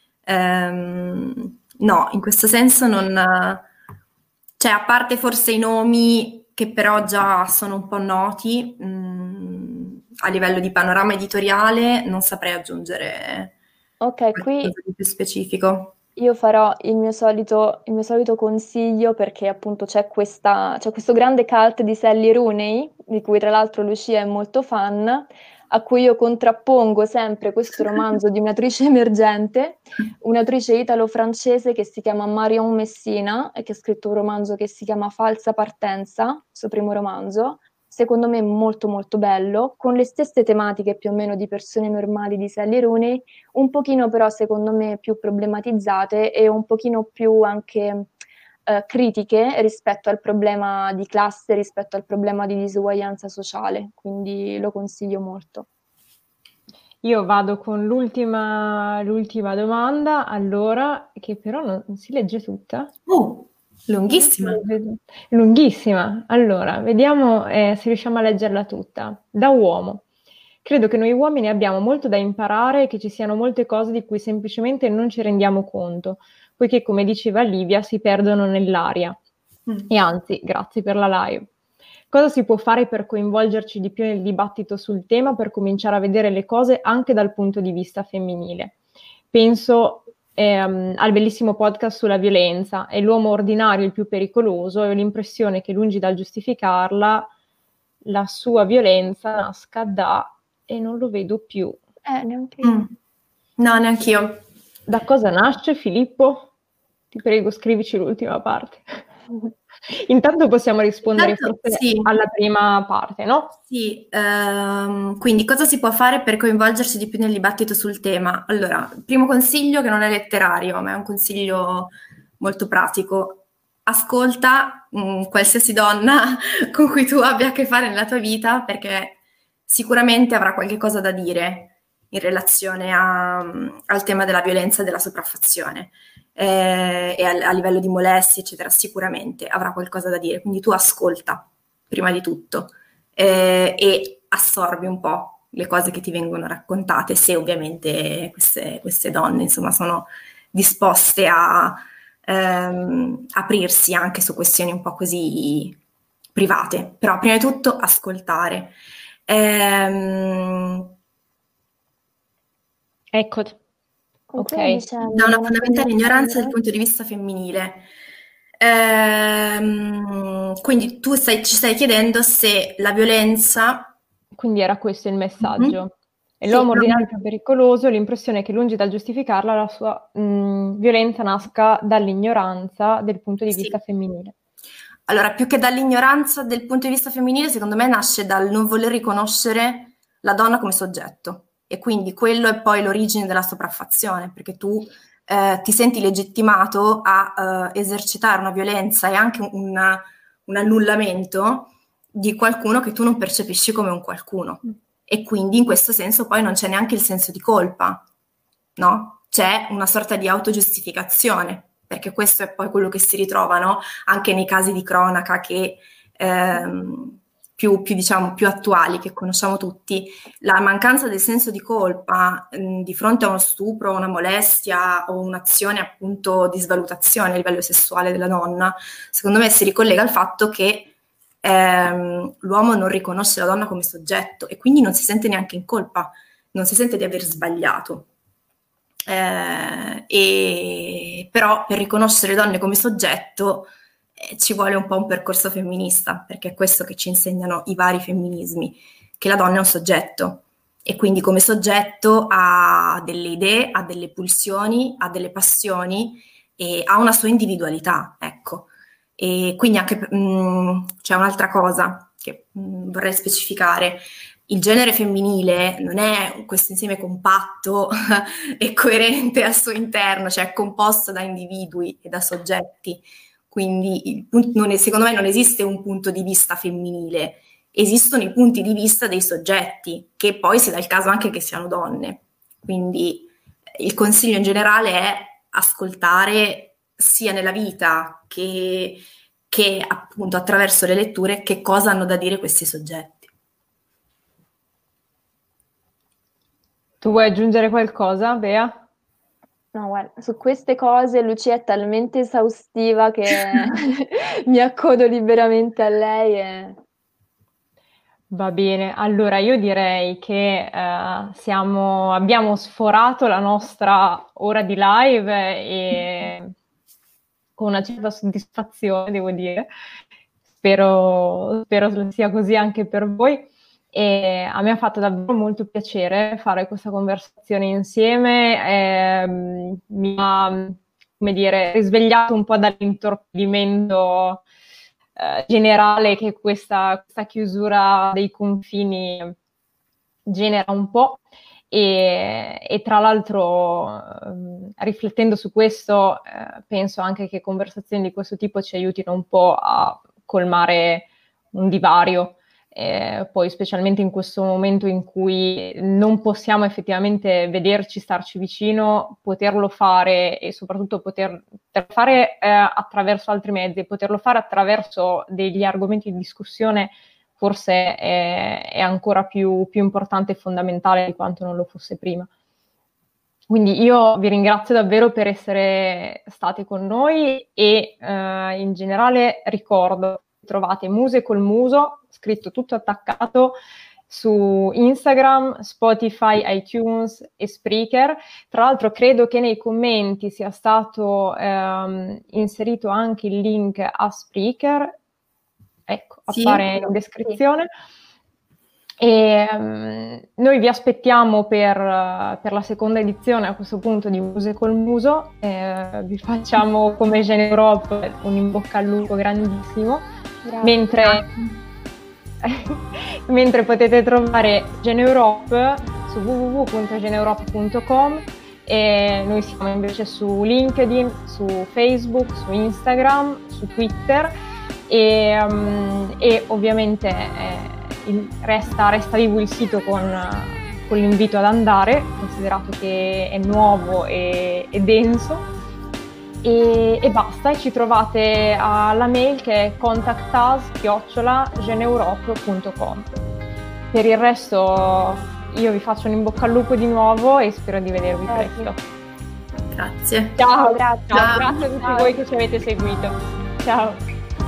[SPEAKER 4] no, in questo senso non. Cioè, a parte forse i nomi che però già sono un po' noti, a livello di panorama editoriale, non saprei aggiungere
[SPEAKER 3] Ok, qui
[SPEAKER 4] qualcosa di più specifico.
[SPEAKER 3] io farò il mio solito consiglio perché appunto c'è questo grande cult di Sally Rooney, di cui tra l'altro Lucia è molto fan, a cui io contrappongo sempre questo romanzo di un'attrice emergente, un'attrice italo-francese che si chiama Marion Messina e che ha scritto un romanzo che si chiama Falsa partenza, il suo primo romanzo, secondo me molto molto bello, con le stesse tematiche più o meno di persone normali di Sally Rooney, un pochino però secondo me più problematizzate e un pochino più anche critiche rispetto al problema di classe, rispetto al problema di disuguaglianza sociale, quindi lo consiglio molto.
[SPEAKER 2] Io vado con l'ultima domanda, allora, che però non si legge tutta. Non si
[SPEAKER 4] Lunghissima.
[SPEAKER 2] legge tutta. Lunghissima. Allora, vediamo se riusciamo a leggerla tutta. Da uomo. Credo che noi uomini abbiamo molto da imparare e che ci siano molte cose di cui semplicemente non ci rendiamo conto, poiché, come diceva Livia, si perdono nell'aria. E anzi, grazie per la live. Cosa si può fare per coinvolgerci di più nel dibattito sul tema, per cominciare a vedere le cose anche dal punto di vista femminile? Penso al bellissimo podcast sulla violenza. È l'uomo ordinario il più pericoloso e ho l'impressione che lungi dal giustificarla, la sua violenza nasca da e non lo vedo più.
[SPEAKER 3] Neanche io.
[SPEAKER 4] No, neanche io.
[SPEAKER 2] Da cosa nasce, Filippo? Ti prego, scrivici l'ultima parte. Intanto possiamo rispondere forse
[SPEAKER 4] sì.
[SPEAKER 2] alla prima parte, no?
[SPEAKER 4] Sì, quindi cosa si può fare per coinvolgersi di più nel dibattito sul tema? Allora, il primo consiglio, che non è letterario, ma è un consiglio molto pratico: ascolta qualsiasi donna con cui tu abbia a che fare nella tua vita, perché sicuramente avrà qualche cosa da dire in relazione al tema della violenza e della sopraffazione. E a livello di molestie, eccetera, sicuramente avrà qualcosa da dire. Quindi tu ascolta, prima di tutto, e assorbi un po' le cose che ti vengono raccontate, se ovviamente queste donne, insomma, sono disposte a aprirsi anche su questioni un po' così private. Però prima di tutto ascoltare.
[SPEAKER 2] Ecco, ok.
[SPEAKER 4] Da una fondamentale ignoranza dal punto di vista femminile. Quindi tu ci stai chiedendo se la violenza...
[SPEAKER 2] Quindi era questo il messaggio.
[SPEAKER 4] Mm-hmm.
[SPEAKER 2] E l'uomo ordinario più pericoloso, l'impressione che lungi dal giustificarla, la sua violenza nasca dall'ignoranza del punto di vista femminile.
[SPEAKER 4] Allora, più che dall'ignoranza del punto di vista femminile, secondo me nasce dal non voler riconoscere la donna come soggetto. E quindi quello è poi l'origine della sopraffazione, perché tu ti senti legittimato a esercitare una violenza e anche un annullamento di qualcuno che tu non percepisci come un qualcuno. E quindi in questo senso poi non c'è neanche il senso di colpa, no? C'è una sorta di autogiustificazione, perché questo è poi quello che si ritrova, no? Anche nei casi di cronaca che diciamo, più attuali, che conosciamo tutti. La mancanza del senso di colpa di fronte a uno stupro, una molestia o un'azione appunto di svalutazione a livello sessuale della donna, secondo me si ricollega al fatto che l'uomo non riconosce la donna come soggetto e quindi non si sente neanche in colpa, non si sente di aver sbagliato. Però per riconoscere le donne come soggetto ci vuole un po' un percorso femminista, perché è questo che ci insegnano i vari femminismi, che la donna è un soggetto e quindi come soggetto ha delle idee, ha delle pulsioni, ha delle passioni e ha una sua individualità, ecco. E quindi anche c'è un'altra cosa che vorrei specificare: il genere femminile non è questo insieme compatto e coerente al suo interno, cioè è composto da individui e da soggetti. Quindi secondo me non esiste un punto di vista femminile, esistono i punti di vista dei soggetti, che poi si dà il caso anche che siano donne. Quindi il consiglio in generale è ascoltare sia nella vita che appunto attraverso le letture che cosa hanno da dire questi soggetti.
[SPEAKER 2] Tu vuoi aggiungere qualcosa, Bea?
[SPEAKER 3] No, guarda, su queste cose Lucia è talmente esaustiva che mi accodo liberamente a lei e...
[SPEAKER 2] Va bene, allora io direi che abbiamo sforato la nostra ora di live e con una certa soddisfazione, devo dire. Spero sia così anche per voi. E a me ha fatto davvero molto piacere fare questa conversazione insieme, mi ha, come dire, risvegliato un po' dall'intorpidimento generale che questa chiusura dei confini genera un po'. E tra l'altro, riflettendo su questo, penso anche che conversazioni di questo tipo ci aiutino un po' a colmare un divario. Poi specialmente in questo momento in cui non possiamo effettivamente vederci, starci vicino, poterlo fare e soprattutto poter fare attraverso altri mezzi, poterlo fare attraverso degli argomenti di discussione forse è ancora più importante e fondamentale di quanto non lo fosse prima. Quindi io vi ringrazio davvero per essere stati con noi e in generale ricordo: trovate Muse col Muso, scritto tutto attaccato, su Instagram, Spotify, iTunes e Spreaker. Tra l'altro credo che nei commenti sia stato inserito anche il link a Spreaker, ecco, appare in descrizione. E noi vi aspettiamo per la seconda edizione a questo punto di Muse col Muso. Vi facciamo come Gen Europe un in bocca al lupo grandissimo, mentre potete trovare Gen Europe su www.geneurope.com, e noi siamo invece su LinkedIn, su Facebook, su Instagram, su Twitter, e ovviamente resta vivo il sito con l'invito ad andare, considerato che è nuovo e denso, e basta, e ci trovate alla mail che è contactus@geneurope.com. Per il resto io vi faccio un in bocca al lupo di nuovo e spero di vedervi presto.
[SPEAKER 4] Grazie.
[SPEAKER 2] Ciao, grazie a tutti voi che ci avete seguito. Ciao.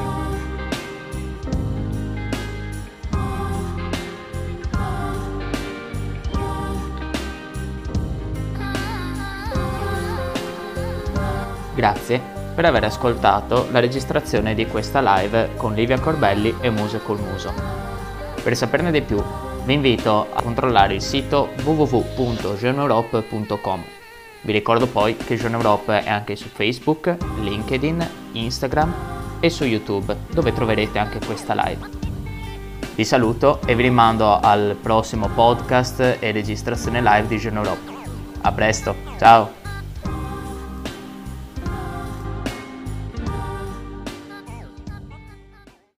[SPEAKER 1] Grazie per aver ascoltato la registrazione di questa live con Livia Corbelli e Muse col Muso. Per saperne di più vi invito a controllare il sito www.geneurope.com. Vi ricordo poi che Gen Europe è anche su Facebook, LinkedIn, Instagram e su YouTube, dove troverete anche questa live. Vi saluto e vi rimando al prossimo podcast e registrazione live di Gen Europe. A presto, ciao!